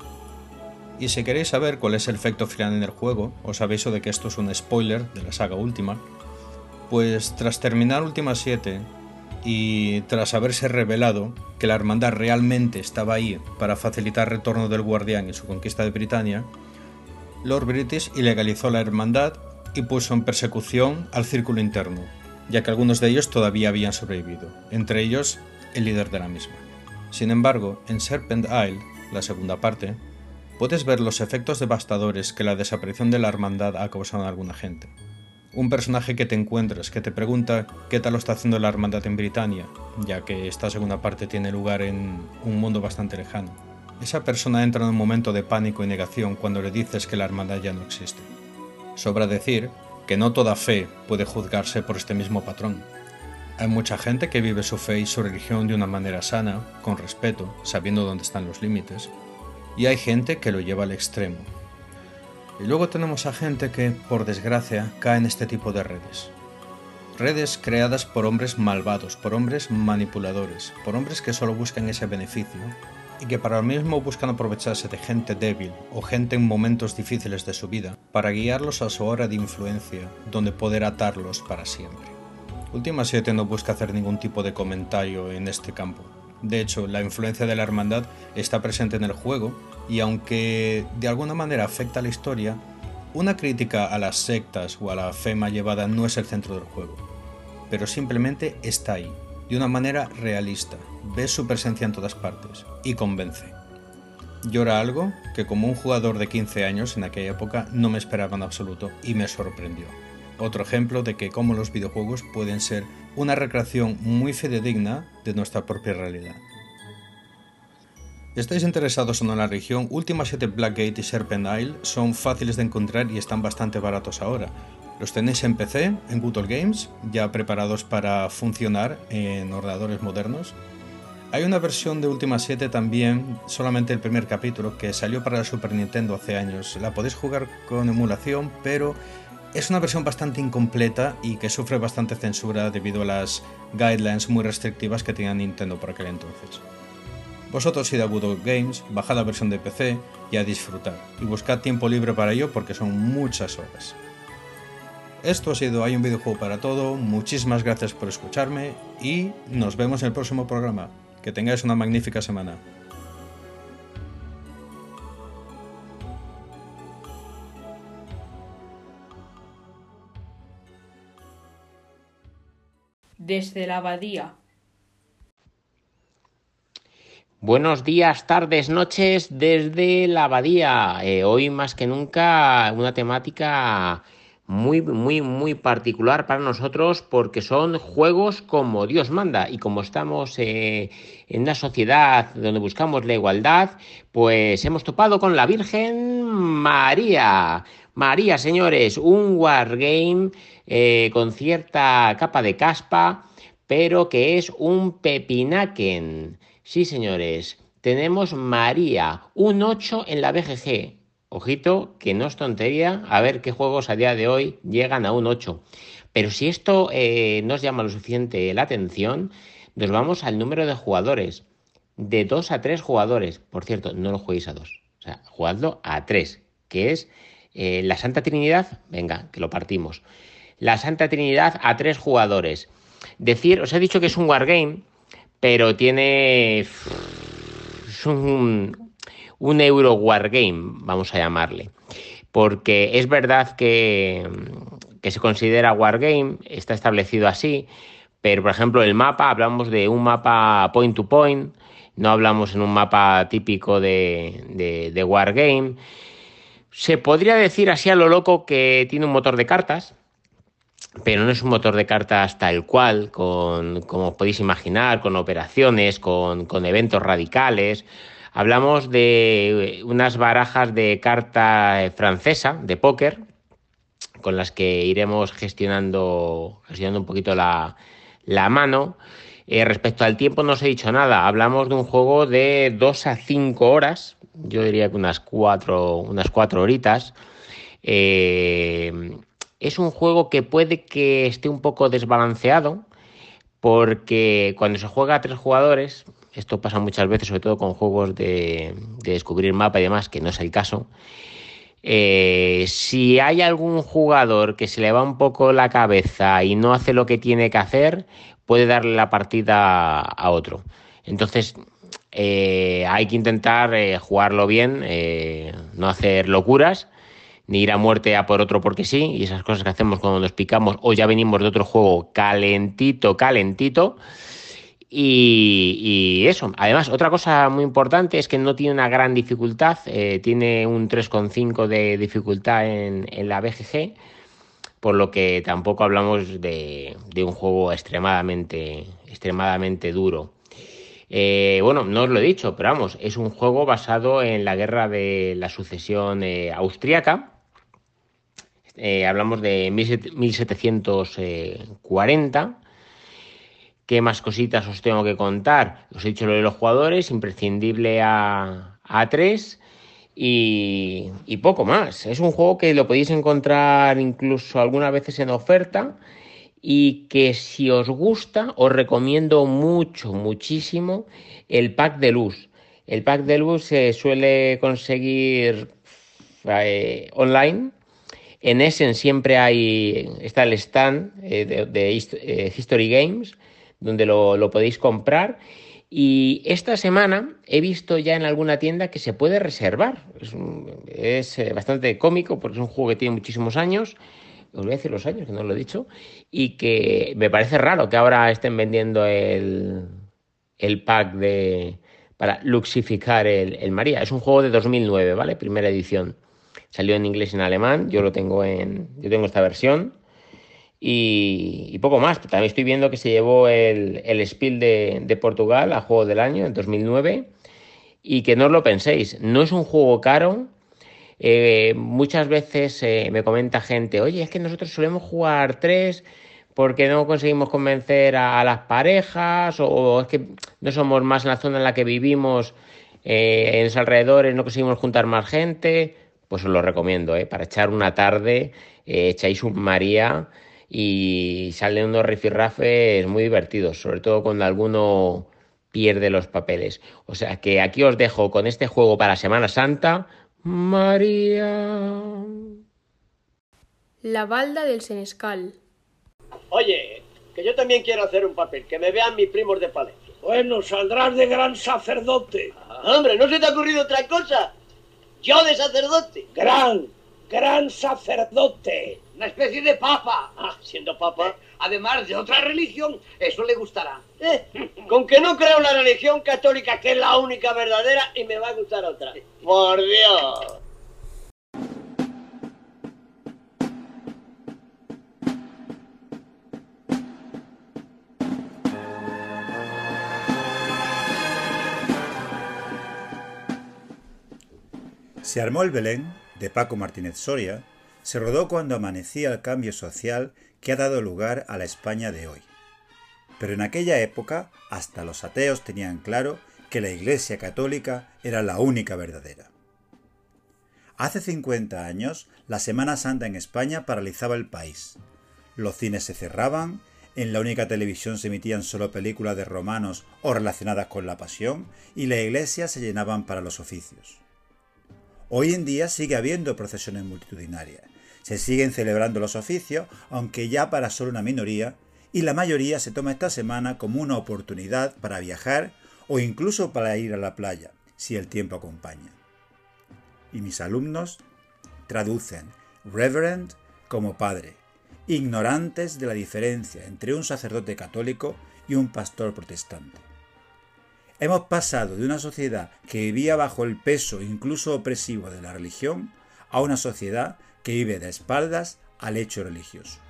Y si queréis saber cuál es el efecto final en el juego, os aviso de que esto es un spoiler de la saga Última, pues tras terminar Última siete y tras haberse revelado que la hermandad realmente estaba ahí para facilitar el retorno del Guardián y su conquista de Britania, Lord British ilegalizó la hermandad y puso en persecución al círculo interno, ya que algunos de ellos todavía habían sobrevivido, entre ellos el líder de la misma. Sin embargo, en Serpent Isle, la segunda parte, puedes ver los efectos devastadores que la desaparición de la hermandad ha causado en alguna gente. Un personaje que te encuentras, que te pregunta qué tal lo está haciendo la hermandad en Britania, ya que esta segunda parte tiene lugar en un mundo bastante lejano. Esa persona entra en un momento de pánico y negación cuando le dices que la hermandad ya no existe. Sobra decir que no toda fe puede juzgarse por este mismo patrón. Hay mucha gente que vive su fe y su religión de una manera sana, con respeto, sabiendo dónde están los límites, y hay gente que lo lleva al extremo. Y luego tenemos a gente que, por desgracia, cae en este tipo de redes. Redes creadas por hombres malvados, por hombres manipuladores, por hombres que solo buscan ese beneficio y que para lo mismo buscan aprovecharse de gente débil o gente en momentos difíciles de su vida para guiarlos a su hora de influencia, donde poder atarlos para siempre. Ultima siete no busca hacer ningún tipo de comentario en este campo. De hecho, la influencia de la hermandad está presente en el juego y aunque de alguna manera afecta a la historia, una crítica a las sectas o a la fe mal llevada no es el centro del juego, pero simplemente está ahí, de una manera realista, ves su presencia en todas partes y convence. Yo era algo que como un jugador de quince años en aquella época no me esperaba en absoluto y me sorprendió. Otro ejemplo de que cómo los videojuegos pueden ser una recreación muy fidedigna de nuestra propia realidad. ¿Estáis interesados o no en la región? Ultima siete Blackgate y Serpent Isle son fáciles de encontrar y están bastante baratos ahora. Los tenéis en P C, en Good Old Games, ya preparados para funcionar en ordenadores modernos. Hay una versión de Ultima siete también, solamente el primer capítulo, que salió para la Super Nintendo hace años. La podéis jugar con emulación, pero es una versión bastante incompleta y que sufre bastante censura debido a las guidelines muy restrictivas que tenía Nintendo por aquel entonces. Vosotros id a Good Old Games, bajad la versión de P C y a disfrutar. Y buscad tiempo libre para ello porque son muchas horas. Esto ha sido Hay un videojuego para todo, muchísimas gracias por escucharme y nos vemos en el próximo programa. Que tengáis una magnífica semana. Desde la abadía. Buenos días, tardes, noches desde la abadía. Eh, hoy más que nunca una temática muy, muy, muy particular para nosotros porque son juegos como Dios manda y como estamos eh, en una sociedad donde buscamos la igualdad, pues hemos topado con la Virgen María. María, señores, un wargame eh, con cierta capa de caspa, pero que es un pepinaken. Sí, señores, tenemos María, un ocho en la B G G. Ojito, que no es tontería, a ver qué juegos a día de hoy llegan a un ocho. Pero si esto eh, no os llama lo suficiente la atención, nos vamos al número de jugadores. De dos a tres jugadores. Por cierto, no lo juguéis a dos. O sea, jugadlo a tres, que es eh, la Santa Trinidad. Venga, que lo partimos. La Santa Trinidad a tres jugadores. Decir, os he dicho que es un wargame, pero tiene... Es un... un euro wargame, vamos a llamarle, porque es verdad que, que se considera wargame, está establecido así, pero por ejemplo el mapa, hablamos de un mapa point to point, no hablamos en un mapa típico de, de, de wargame. Se podría decir así a lo loco que tiene un motor de cartas, pero no es un motor de cartas tal cual, con, como podéis imaginar, con operaciones, con, con eventos radicales. Hablamos de unas barajas de carta francesa, de póker, con las que iremos gestionando, gestionando un poquito la, la mano. Eh, respecto al tiempo no os he dicho nada. Hablamos de un juego de dos a cinco horas, yo diría que unas cuatro, unas cuatro horitas. Eh, es un juego que puede que esté un poco desbalanceado, porque cuando se juega a tres jugadores... Esto pasa muchas veces, sobre todo con juegos de, de descubrir mapa y demás, que no es el caso. Eh, si hay algún jugador que se le va un poco la cabeza y no hace lo que tiene que hacer, puede darle la partida a otro. Entonces, eh, hay que intentar eh, jugarlo bien, eh, no hacer locuras, ni ir a muerte a por otro porque sí, y esas cosas que hacemos cuando nos picamos o ya venimos de otro juego calentito, calentito. Y, y eso, además otra cosa muy importante es que no tiene una gran dificultad, eh, tiene un tres coma cinco de dificultad en, en la B G G, por lo que tampoco hablamos de, de un juego extremadamente, extremadamente duro. Eh, bueno, no os lo he dicho, pero vamos, es un juego basado en la guerra de la sucesión eh, austríaca. Eh, hablamos de mil setecientos cuarenta. ¿Qué más cositas os tengo que contar? Os he dicho lo de los jugadores, imprescindible a, a tres y, y poco más. Es un juego que lo podéis encontrar incluso algunas veces en oferta y que si os gusta os recomiendo mucho, muchísimo el pack de luz. El pack de luz se suele conseguir eh, online. En Essen siempre hay, está el stand eh, de, de eh, History Games, donde lo, lo podéis comprar. Y esta semana he visto ya en alguna tienda que se puede reservar. Es, un, es bastante cómico porque es un juego que tiene muchísimos años. Os voy a decir los años, que no lo he dicho. Y que me parece raro que ahora estén vendiendo el, el pack de, para luxificar el, el María. Es un juego de dos mil nueve, ¿vale? Primera edición. Salió en inglés y en alemán. Yo lo tengo en, yo tengo esta versión. Y, y poco más. También estoy viendo que se llevó el, el Spiel de, de Portugal a Juego del Año en dos mil nueve. Y que no os lo penséis, no es un juego caro. Eh, muchas veces eh, me comenta gente, oye, es que nosotros solemos jugar tres porque no conseguimos convencer a, a las parejas, o, o es que no somos más en la zona en la que vivimos, eh, en los alrededores no conseguimos juntar más gente. Pues os lo recomiendo, ¿eh? Para echar una tarde, eh, echáis un María y salen unos rifirrafes muy divertidos, sobre todo cuando alguno pierde los papeles. O sea que aquí os dejo con este juego para Semana Santa, María. La balda del Senescal. Oye, que yo también quiero hacer un papel, que me vean mis primos de Palencia. Bueno, saldrás de gran sacerdote. Ah, hombre, ¿no se te ha ocurrido otra cosa? Yo de sacerdote. Gran, gran sacerdote. Una especie de papa. Ah, siendo papa. Además de otra religión, eso le gustará. Eh, con que no creo en la religión católica, que es la única verdadera, y me va a gustar otra. Por Dios. Se armó el Belén, de Paco Martínez Soria, se rodó cuando amanecía el cambio social que ha dado lugar a la España de hoy. Pero en aquella época hasta los ateos tenían claro que la Iglesia Católica era la única verdadera. Hace cincuenta años, la Semana Santa en España paralizaba el país. Los cines se cerraban, en la única televisión se emitían solo películas de romanos o relacionadas con la Pasión, y las iglesias se llenaban para los oficios. Hoy en día sigue habiendo procesiones multitudinarias, se siguen celebrando los oficios, aunque ya para solo una minoría, y la mayoría se toma esta semana como una oportunidad para viajar o incluso para ir a la playa, si el tiempo acompaña. Y mis alumnos traducen reverend como padre, ignorantes de la diferencia entre un sacerdote católico y un pastor protestante. Hemos pasado de una sociedad que vivía bajo el peso incluso opresivo de la religión a una sociedad que vive de espaldas al hecho religioso.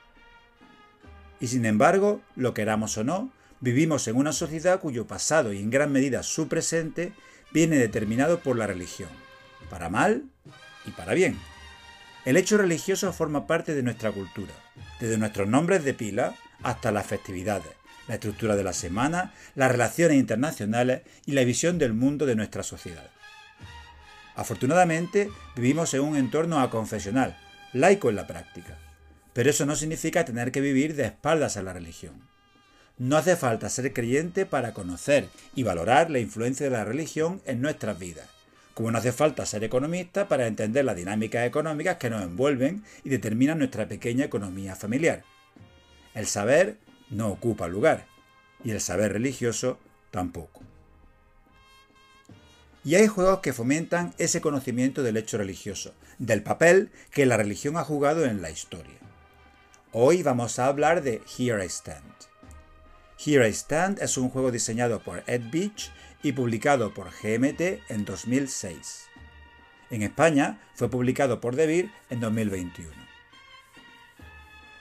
Y sin embargo, lo queramos o no, vivimos en una sociedad cuyo pasado y en gran medida su presente viene determinado por la religión, para mal y para bien. El hecho religioso forma parte de nuestra cultura, desde nuestros nombres de pila hasta las festividades, la estructura de la semana, las relaciones internacionales y la visión del mundo de nuestra sociedad. Afortunadamente, vivimos en un entorno aconfesional, laico en la práctica, pero eso no significa tener que vivir de espaldas a la religión. No hace falta ser creyente para conocer y valorar la influencia de la religión en nuestras vidas, como no hace falta ser economista para entender las dinámicas económicas que nos envuelven y determinan nuestra pequeña economía familiar. El saber no ocupa lugar, y el saber religioso tampoco. Y hay juegos que fomentan ese conocimiento del hecho religioso, del papel que la religión ha jugado en la historia. Hoy vamos a hablar de Here I Stand. Here I Stand es un juego diseñado por Ed Beach y publicado por G M T en dos mil seis. En España fue publicado por Devir en dos mil veintiuno.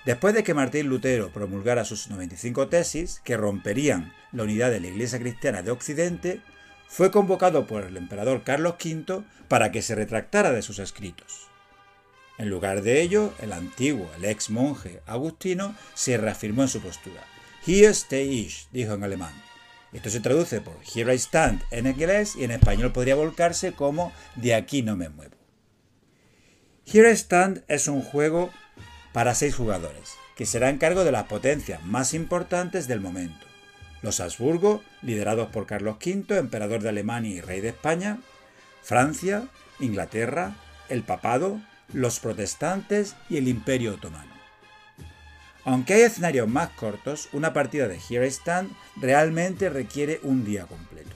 Después de que Martín Lutero promulgara sus noventa y cinco tesis, que romperían la unidad de la Iglesia cristiana de Occidente, fue convocado por el emperador Carlos quinto para que se retractara de sus escritos. En lugar de ello, el antiguo, el ex monje agustino, se reafirmó en su postura. Here stay ich, dijo en alemán. Esto se traduce por Here I stand en inglés y en español podría volcarse como de aquí no me muevo. Here I stand es un juego para seis jugadores, que será en cargo de las potencias más importantes del momento. Los Habsburgo, liderados por Carlos quinto, emperador de Alemania y rey de España, Francia, Inglaterra, el Papado, los protestantes y el Imperio Otomano. Aunque hay escenarios más cortos, una partida de Here I Stand realmente requiere un día completo.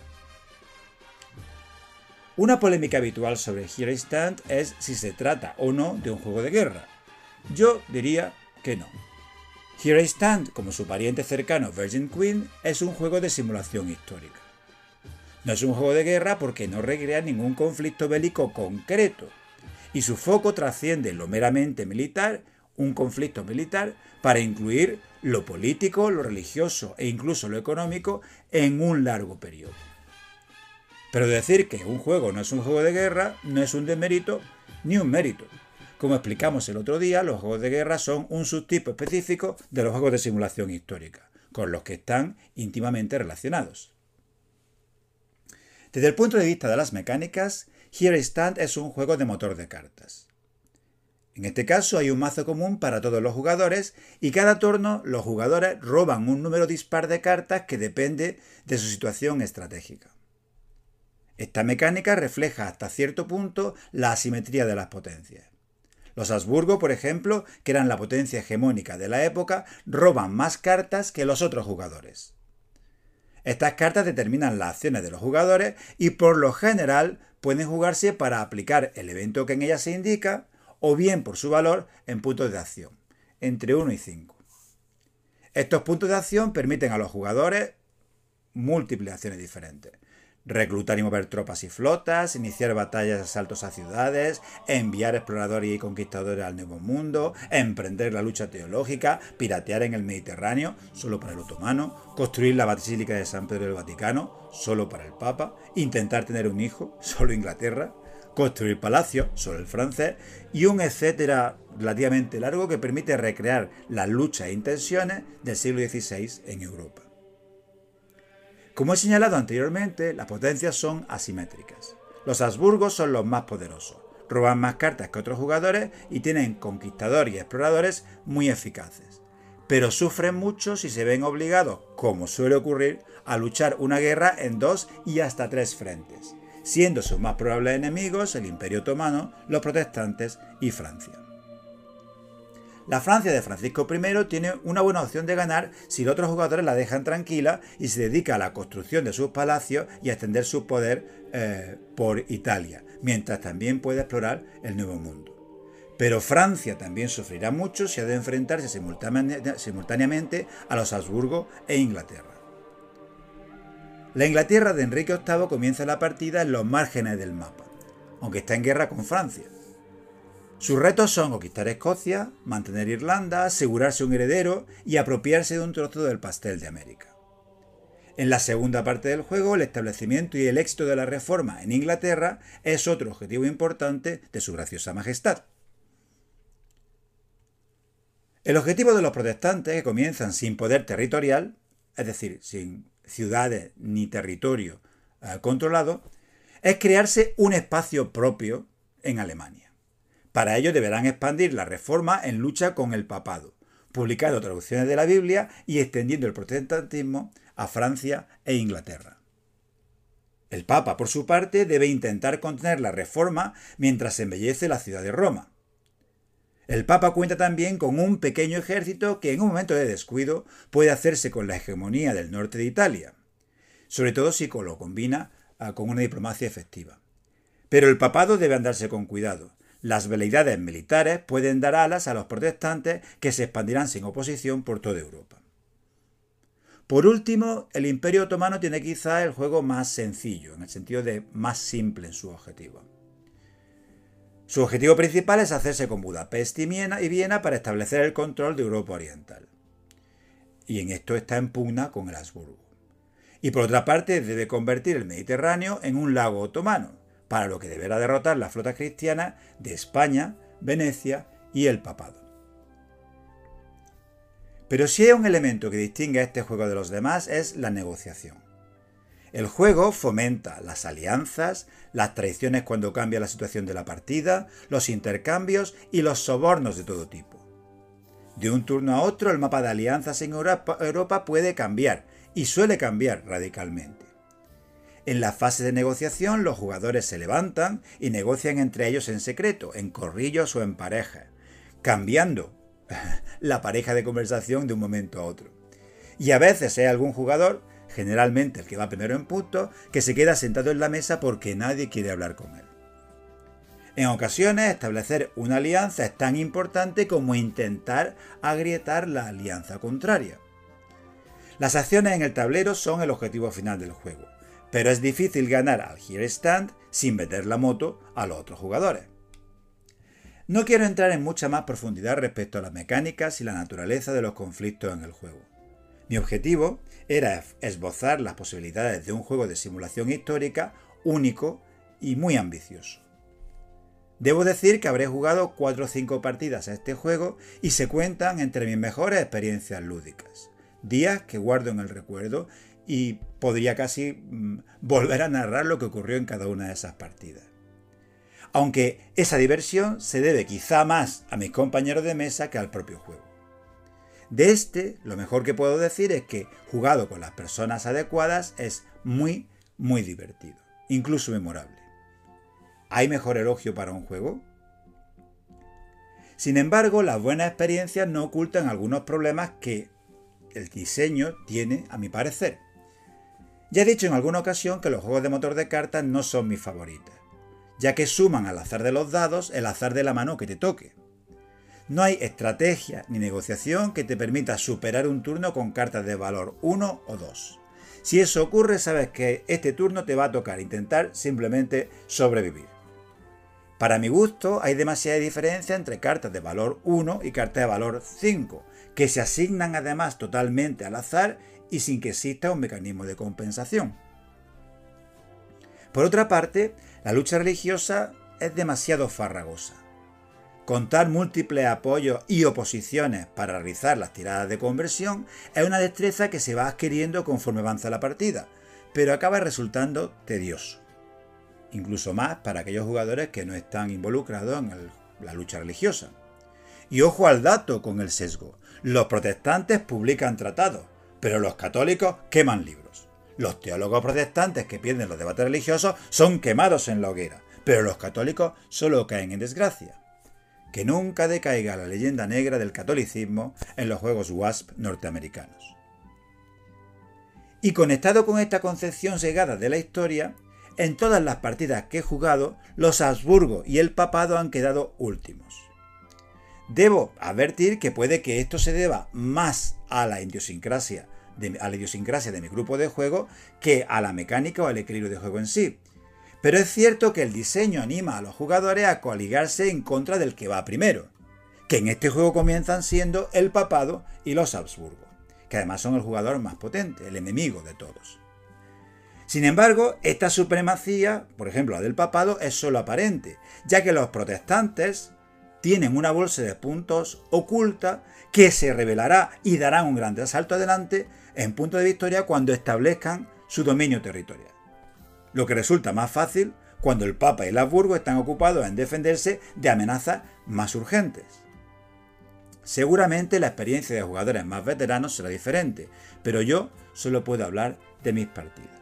Una polémica habitual sobre Here I Stand es si se trata o no de un juego de guerra. Yo diría que no. Here I Stand, como su pariente cercano Virgin Queen, es un juego de simulación histórica. No es un juego de guerra porque no recrea ningún conflicto bélico concreto, y su foco trasciende lo meramente militar, un conflicto militar, para incluir lo político, lo religioso e incluso lo económico en un largo periodo. Pero decir que un juego no es un juego de guerra no es un demérito ni un mérito. Como explicamos el otro día, los juegos de guerra son un subtipo específico de los juegos de simulación histórica, con los que están íntimamente relacionados. Desde el punto de vista de las mecánicas, Here I Stand es un juego de motor de cartas. En este caso hay un mazo común para todos los jugadores y cada turno los jugadores roban un número dispar de cartas que depende de su situación estratégica. Esta mecánica refleja hasta cierto punto la asimetría de las potencias. Los Habsburgo, por ejemplo, que eran la potencia hegemónica de la época, roban más cartas que los otros jugadores. Estas cartas determinan las acciones de los jugadores y por lo general pueden jugarse para aplicar el evento que en ellas se indica o bien por su valor en puntos de acción, entre uno y cinco. Estos puntos de acción permiten a los jugadores múltiples acciones diferentes. Reclutar y mover tropas y flotas, iniciar batallas y asaltos a ciudades, enviar exploradores y conquistadores al Nuevo Mundo, emprender la lucha teológica, piratear en el Mediterráneo, solo para el otomano, construir la Basílica de San Pedro del Vaticano, solo para el Papa, intentar tener un hijo, solo Inglaterra, construir palacios, solo el francés, y un etcétera relativamente largo que permite recrear las luchas e intenciones del siglo dieciséis en Europa. Como he señalado anteriormente, las potencias son asimétricas. Los Habsburgo son los más poderosos, roban más cartas que otros jugadores y tienen conquistadores y exploradores muy eficaces. Pero sufren mucho si se ven obligados, como suele ocurrir, a luchar una guerra en dos y hasta tres frentes, siendo sus más probables enemigos el Imperio Otomano, los protestantes y Francia. La Francia de Francisco primero tiene una buena opción de ganar si los otros jugadores la dejan tranquila y se dedica a la construcción de sus palacios y a extender su poder eh, por Italia, mientras también puede explorar el Nuevo Mundo. Pero Francia también sufrirá mucho si ha de enfrentarse simultáneamente a los Habsburgo e Inglaterra. La Inglaterra de Enrique octavo comienza la partida en los márgenes del mapa, aunque está en guerra con Francia. Sus retos son conquistar Escocia, mantener Irlanda, asegurarse un heredero y apropiarse de un trozo del pastel de América. En la segunda parte del juego, el establecimiento y el éxito de la reforma en Inglaterra es otro objetivo importante de su graciosa majestad. El objetivo de los protestantes, que comienzan sin poder territorial, es decir, sin ciudades ni territorio eh, controlado, es crearse un espacio propio en Alemania. Para ello deberán expandir la reforma en lucha con el papado, publicando traducciones de la Biblia y extendiendo el protestantismo a Francia e Inglaterra. El Papa, por su parte, debe intentar contener la reforma mientras se embellece la ciudad de Roma. El Papa cuenta también con un pequeño ejército que en un momento de descuido puede hacerse con la hegemonía del norte de Italia, sobre todo si lo combina con una diplomacia efectiva. Pero el papado debe andarse con cuidado. Las veleidades militares pueden dar alas a los protestantes que se expandirán sin oposición por toda Europa. Por último, el Imperio Otomano tiene quizá el juego más sencillo, en el sentido de más simple en su objetivo. Su objetivo principal es hacerse con Budapest y Viena, y Viena para establecer el control de Europa Oriental. Y en esto está en pugna con el Habsburgo. Y por otra parte debe convertir el Mediterráneo en un lago otomano, para lo que deberá derrotar la flota cristiana de España, Venecia y el Papado. Pero si hay un elemento que distingue a este juego de los demás es la negociación. El juego fomenta las alianzas, las traiciones cuando cambia la situación de la partida, los intercambios y los sobornos de todo tipo. De un turno a otro el mapa de alianzas en Europa, Europa puede cambiar, y suele cambiar radicalmente. En la fase de negociación los jugadores se levantan y negocian entre ellos en secreto, en corrillos o en parejas, cambiando la pareja de conversación de un momento a otro. Y a veces hay algún jugador, generalmente el que va primero en punto, que se queda sentado en la mesa porque nadie quiere hablar con él. En ocasiones, establecer una alianza es tan importante como intentar agrietar la alianza contraria. Las acciones en el tablero son el objetivo final del juego, pero es difícil ganar al Here Stand sin meter la moto a los otros jugadores. No quiero entrar en mucha más profundidad respecto a las mecánicas y la naturaleza de los conflictos en el juego. Mi objetivo era esbozar las posibilidades de un juego de simulación histórica único y muy ambicioso. Debo decir que habré jugado cuatro o cinco partidas a este juego y se cuentan entre mis mejores experiencias lúdicas. Días que guardo en el recuerdo y podría casi mmm, volver a narrar lo que ocurrió en cada una de esas partidas. Aunque esa diversión se debe quizá más a mis compañeros de mesa que al propio juego. De este, lo mejor que puedo decir es que, jugado con las personas adecuadas, es muy, muy divertido, incluso memorable. ¿Hay mejor elogio para un juego? Sin embargo, las buenas experiencias no ocultan algunos problemas que el diseño tiene, a mi parecer. Ya he dicho en alguna ocasión que los juegos de motor de cartas no son mis favoritas, ya que suman al azar de los dados el azar de la mano que te toque. No hay estrategia ni negociación que te permita superar un turno con cartas de valor uno o dos. Si eso ocurre, sabes que este turno te va a tocar intentar simplemente sobrevivir. Para mi gusto, hay demasiada diferencia entre cartas de valor uno y cartas de valor cinco, que se asignan además totalmente al azar y sin que exista un mecanismo de compensación. Por otra parte, la lucha religiosa es demasiado farragosa. Contar múltiples apoyos y oposiciones para realizar las tiradas de conversión es una destreza que se va adquiriendo conforme avanza la partida, pero acaba resultando tedioso. Incluso más para aquellos jugadores que no están involucrados en el, la lucha religiosa. Y ojo al dato con el sesgo. Los protestantes publican tratados, pero los católicos queman libros. Los teólogos protestantes que pierden los debates religiosos son quemados en la hoguera, pero los católicos solo caen en desgracia. Que nunca decaiga la leyenda negra del catolicismo en los juegos WASP norteamericanos. Y conectado con esta concepción cegada de la historia, en todas las partidas que he jugado, los Habsburgo y el Papado han quedado últimos. Debo advertir que puede que esto se deba más a la idiosincrasia de, a la idiosincrasia de mi grupo de juego que a la mecánica o al equilibrio de juego en sí. Pero es cierto que el diseño anima a los jugadores a coaligarse en contra del que va primero, que en este juego comienzan siendo el Papado y los Habsburgo, que además son el jugador más potente, el enemigo de todos. Sin embargo, esta supremacía, por ejemplo la del Papado, es solo aparente, ya que los protestantes tienen una bolsa de puntos oculta que se revelará y darán un gran salto adelante en punto de victoria cuando establezcan su dominio territorial. Lo que resulta más fácil cuando el Papa y el Habsburgo están ocupados en defenderse de amenazas más urgentes. Seguramente la experiencia de jugadores más veteranos será diferente, pero yo solo puedo hablar de mis partidas.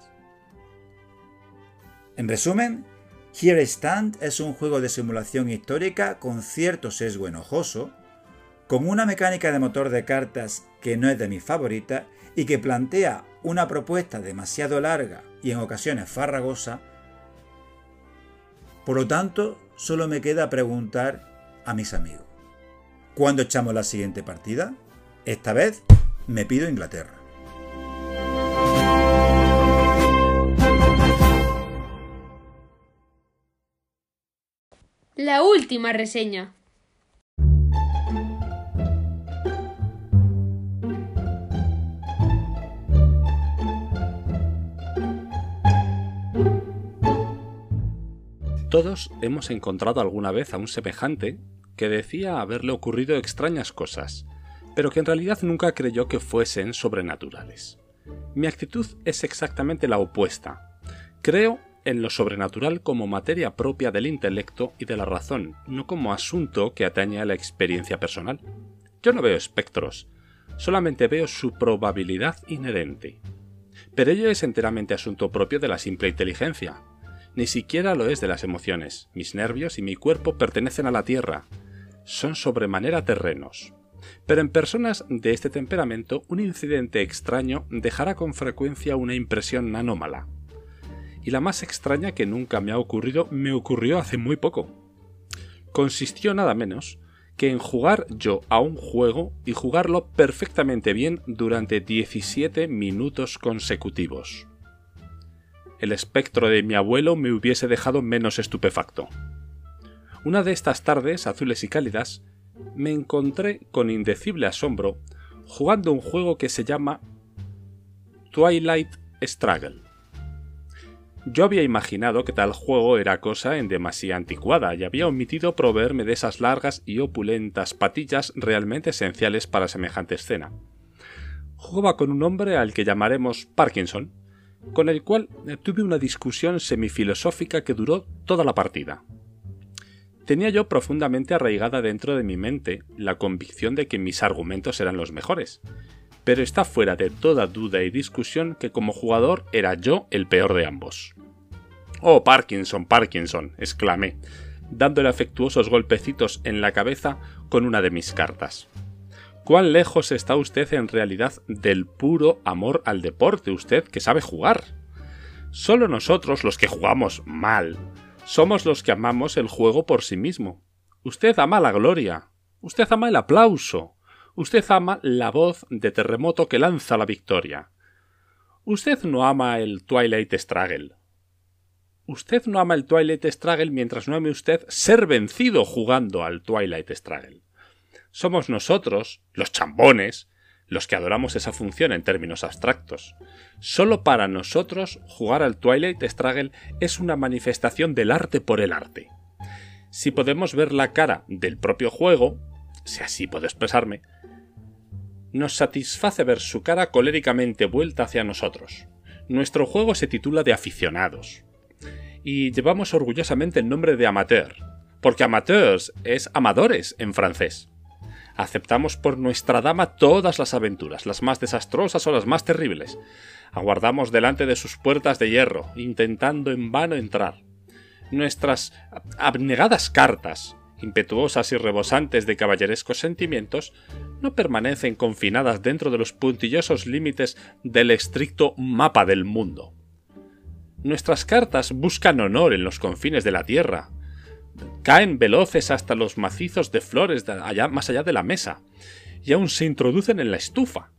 En resumen, Here I Stand es un juego de simulación histórica con cierto sesgo enojoso, con una mecánica de motor de cartas que no es de mis favoritas y que plantea una propuesta demasiado larga y en ocasiones farragosa. Por lo tanto, solo me queda preguntar a mis amigos: ¿cuándo echamos la siguiente partida? Esta vez me pido Inglaterra. La última reseña. Todos hemos encontrado alguna vez a un semejante que decía haberle ocurrido extrañas cosas, pero que en realidad nunca creyó que fuesen sobrenaturales. Mi actitud es exactamente la opuesta. Creo en lo sobrenatural como materia propia del intelecto y de la razón, no como asunto que atañe a la experiencia personal. Yo no veo espectros, solamente veo su probabilidad inherente. Pero ello es enteramente asunto propio de la simple inteligencia. Ni siquiera lo es de las emociones. Mis nervios y mi cuerpo pertenecen a la tierra. Son sobremanera terrenos. Pero en personas de este temperamento, un incidente extraño dejará con frecuencia una impresión anómala. Y la más extraña que nunca me ha ocurrido, me ocurrió hace muy poco. Consistió nada menos que en jugar yo a un juego y jugarlo perfectamente bien durante diecisiete minutos consecutivos. El espectro de mi abuelo me hubiese dejado menos estupefacto. Una de estas tardes azules y cálidas, me encontré con indecible asombro jugando un juego que se llama Twilight Struggle. Yo había imaginado que tal juego era cosa en demasía anticuada y había omitido proveerme de esas largas y opulentas patillas realmente esenciales para semejante escena. Jugaba con un hombre al que llamaremos Parkinson, con el cual tuve una discusión semifilosófica que duró toda la partida. Tenía yo profundamente arraigada dentro de mi mente la convicción de que mis argumentos eran los mejores, pero está fuera de toda duda y discusión que como jugador era yo el peor de ambos. «Oh, Parkinson, Parkinson», exclamé, dándole afectuosos golpecitos en la cabeza con una de mis cartas. ¿Cuán lejos está usted en realidad del puro amor al deporte, usted que sabe jugar? Solo nosotros, los que jugamos mal, somos los que amamos el juego por sí mismo. Usted ama la gloria, usted ama el aplauso, usted ama la voz de terremoto que lanza la victoria. Usted no ama el Twilight Struggle. Usted no ama el Twilight Struggle mientras no ame usted ser vencido jugando al Twilight Struggle. Somos nosotros, los chambones, los que adoramos esa función en términos abstractos. Solo para nosotros jugar al Twilight Struggle es una manifestación del arte por el arte. Si podemos ver la cara del propio juego, si así puedo expresarme, nos satisface ver su cara coléricamente vuelta hacia nosotros. Nuestro juego se titula de aficionados. Y llevamos orgullosamente el nombre de amateur, porque amateurs es amadores en francés. Aceptamos por nuestra dama todas las aventuras, las más desastrosas o las más terribles. Aguardamos delante de sus puertas de hierro, intentando en vano entrar. Nuestras abnegadas cartas, impetuosas y rebosantes de caballerescos sentimientos, no permanecen confinadas dentro de los puntillosos límites del estricto mapa del mundo. Nuestras cartas buscan honor en los confines de la tierra. Caen veloces hasta los macizos de flores de allá, más allá de la mesa, y aún se introducen en la estufa.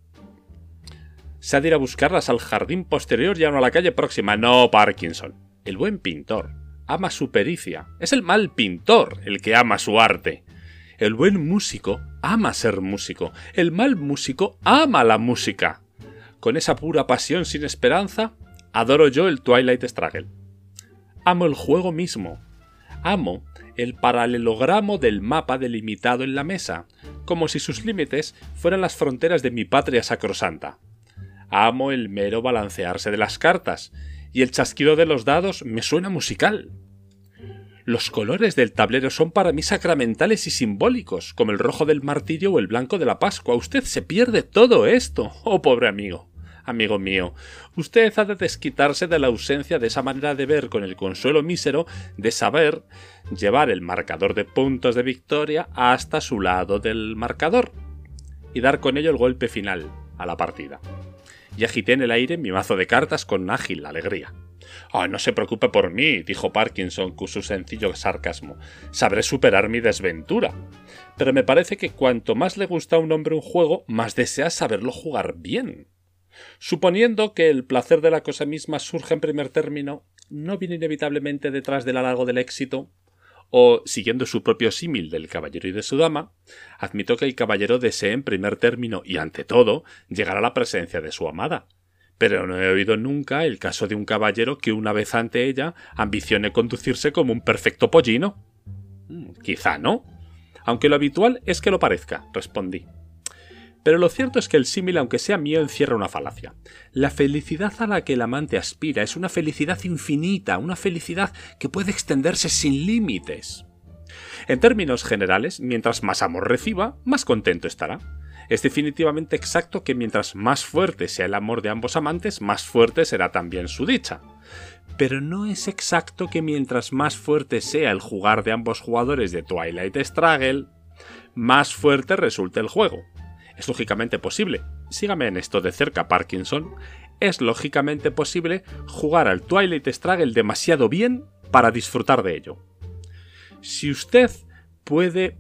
Se ha de ir a buscarlas al jardín posterior y a la calle próxima. No, Parkinson. El buen pintor ama su pericia. Es el mal pintor el que ama su arte. El buen músico ama ser músico. El mal músico ama la música. Con esa pura pasión sin esperanza, adoro yo el Twilight Struggle. Amo el juego mismo. Amo el paralelogramo del mapa delimitado en la mesa, como si sus límites fueran las fronteras de mi patria sacrosanta. Amo el mero balancearse de las cartas, y el chasquido de los dados me suena musical. Los colores del tablero son para mí sacramentales y simbólicos, como el rojo del martirio o el blanco de la Pascua. Usted se pierde todo esto, oh pobre amigo. Amigo mío, usted ha de desquitarse de la ausencia de esa manera de ver con el consuelo mísero de saber llevar el marcador de puntos de victoria hasta su lado del marcador y dar con ello el golpe final a la partida. Y agité en el aire mi mazo de cartas con ágil alegría. «Oh, no se preocupe por mí», dijo Parkinson con su sencillo sarcasmo. «Sabré superar mi desventura. Pero me parece que cuanto más le gusta a un hombre un juego, más desea saberlo jugar bien. Suponiendo que el placer de la cosa misma surge en primer término, ¿no viene inevitablemente detrás del halago del éxito? O, siguiendo su propio símil del caballero y de su dama, admito que el caballero desee en primer término y ante todo llegar a la presencia de su amada. Pero no he oído nunca el caso de un caballero que una vez ante ella ambicione conducirse como un perfecto pollino. Mm, quizá no. Aunque lo habitual es que lo parezca, respondí. Pero lo cierto es que el símil, aunque sea mío, encierra una falacia. La felicidad a la que el amante aspira es una felicidad infinita, una felicidad que puede extenderse sin límites. En términos generales, mientras más amor reciba, más contento estará. Es definitivamente exacto que mientras más fuerte sea el amor de ambos amantes, más fuerte será también su dicha. Pero no es exacto que mientras más fuerte sea el jugar de ambos jugadores de Twilight Struggle, más fuerte resulte el juego. Es lógicamente posible, sígame en esto de cerca, Parkinson, es lógicamente posible jugar al Twilight Struggle demasiado bien para disfrutar de ello. Si usted puede,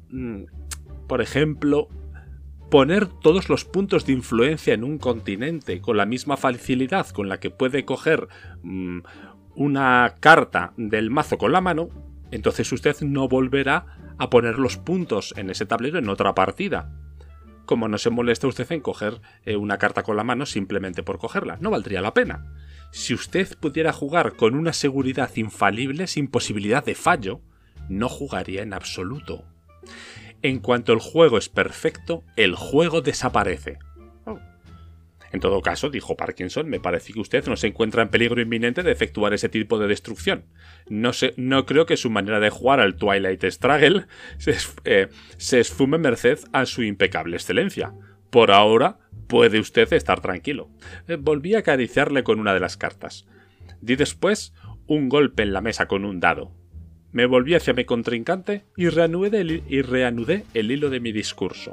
por ejemplo, poner todos los puntos de influencia en un continente con la misma facilidad con la que puede coger mmm, una carta del mazo con la mano, entonces usted no volverá a poner los puntos en ese tablero en otra partida. Como no se molesta usted en coger eh, una carta con la mano simplemente por cogerla, no valdría la pena. Si usted pudiera jugar con una seguridad infalible sin posibilidad de fallo, no jugaría en absoluto. En cuanto el juego es perfecto, el juego desaparece. Oh. En todo caso, dijo Parkinson, me parece que usted no se encuentra en peligro inminente de efectuar ese tipo de destrucción. No sé, no creo que su manera de jugar al Twilight Struggle se, eh, se esfume merced a su impecable excelencia. Por ahora, puede usted estar tranquilo. Eh, volví a acariciarle con una de las cartas. Di después un golpe en la mesa con un dado. Me volví hacia mi contrincante y reanudé el, y reanudé el hilo de mi discurso.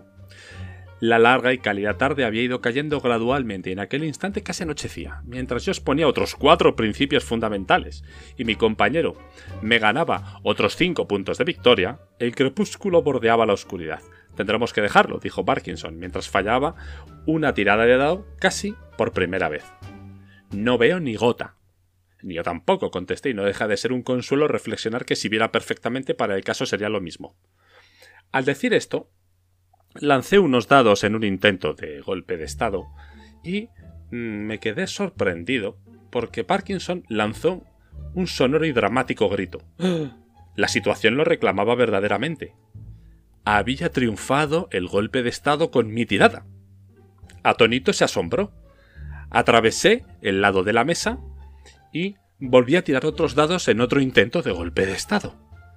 La larga y cálida tarde había ido cayendo gradualmente y en aquel instante casi anochecía, mientras yo exponía otros cuatro principios fundamentales y mi compañero me ganaba otros cinco puntos de victoria, el crepúsculo bordeaba la oscuridad. Tendremos que dejarlo, dijo Parkinson, mientras fallaba una tirada de dado casi por primera vez. No veo ni gota. Ni yo tampoco, contesté, y no deja de ser un consuelo reflexionar que si viera perfectamente para el caso sería lo mismo. Al decir esto, lancé unos dados en un intento de golpe de estado y me quedé sorprendido porque Parkinson lanzó un sonoro y dramático grito. La situación lo reclamaba verdaderamente. Había triunfado el golpe de estado con mi tirada. Atónito se asombró. Atravesé el lado de la mesa y volví a tirar otros dados en otro intento de golpe de estado.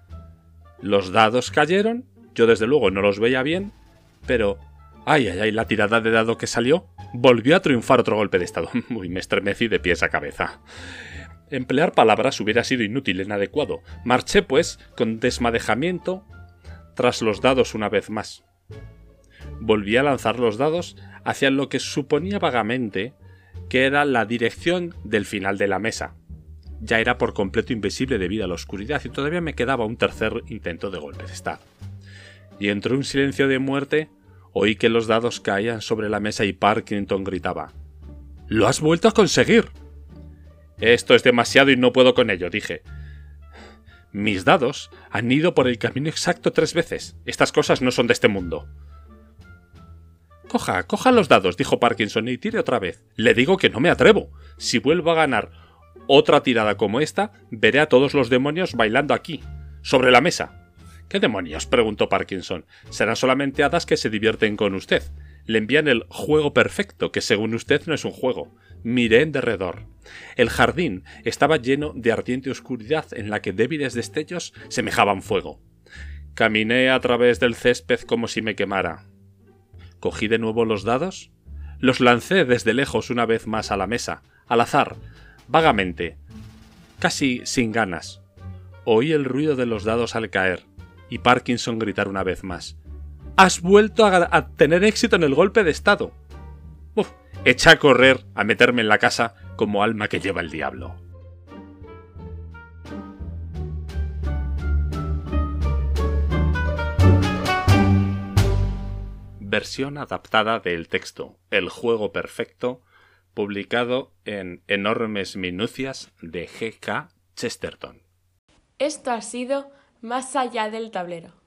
Los dados cayeron, yo desde luego no los veía bien, pero, ay, ay, ay, la tirada de dado que salió, volvió a triunfar otro golpe de estado. Uy, me estremecí de pies a cabeza. Emplear palabras hubiera sido inútil e inadecuado. Marché, pues, con desmadejamiento tras los dados una vez más. Volví a lanzar los dados hacia lo que suponía vagamente que era la dirección del final de la mesa. Ya era por completo invisible debido a la oscuridad y todavía me quedaba un tercer intento de golpe de estado. Y entre un silencio de muerte, oí que los dados caían sobre la mesa y Parkinson gritaba: «¡Lo has vuelto a conseguir!». «Esto es demasiado y no puedo con ello», dije. «Mis dados han ido por el camino exacto tres veces. Estas cosas no son de este mundo». «Coja, coja los dados», dijo Parkinson, «y tire otra vez». «Le digo que no me atrevo. Si vuelvo a ganar otra tirada como esta, veré a todos los demonios bailando aquí, sobre la mesa». «¿Qué demonios?», preguntó Parkinson. «Serán solamente hadas que se divierten con usted. Le envían el juego perfecto, que según usted no es un juego». Miré en derredor. El jardín estaba lleno de ardiente oscuridad en la que débiles destellos semejaban fuego. Caminé a través del césped como si me quemara. Cogí de nuevo los dados. Los lancé desde lejos una vez más a la mesa, al azar, vagamente, casi sin ganas. Oí el ruido de los dados al caer, y Parkinson gritar una vez más: «¡Has vuelto a, a tener éxito en el golpe de estado!». Uf, eché a correr, a meterme en la casa como alma que lleva el diablo. Versión adaptada del texto El juego perfecto, publicado en Enormes Minucias de G K Chesterton. Esto ha sido Más allá del tablero.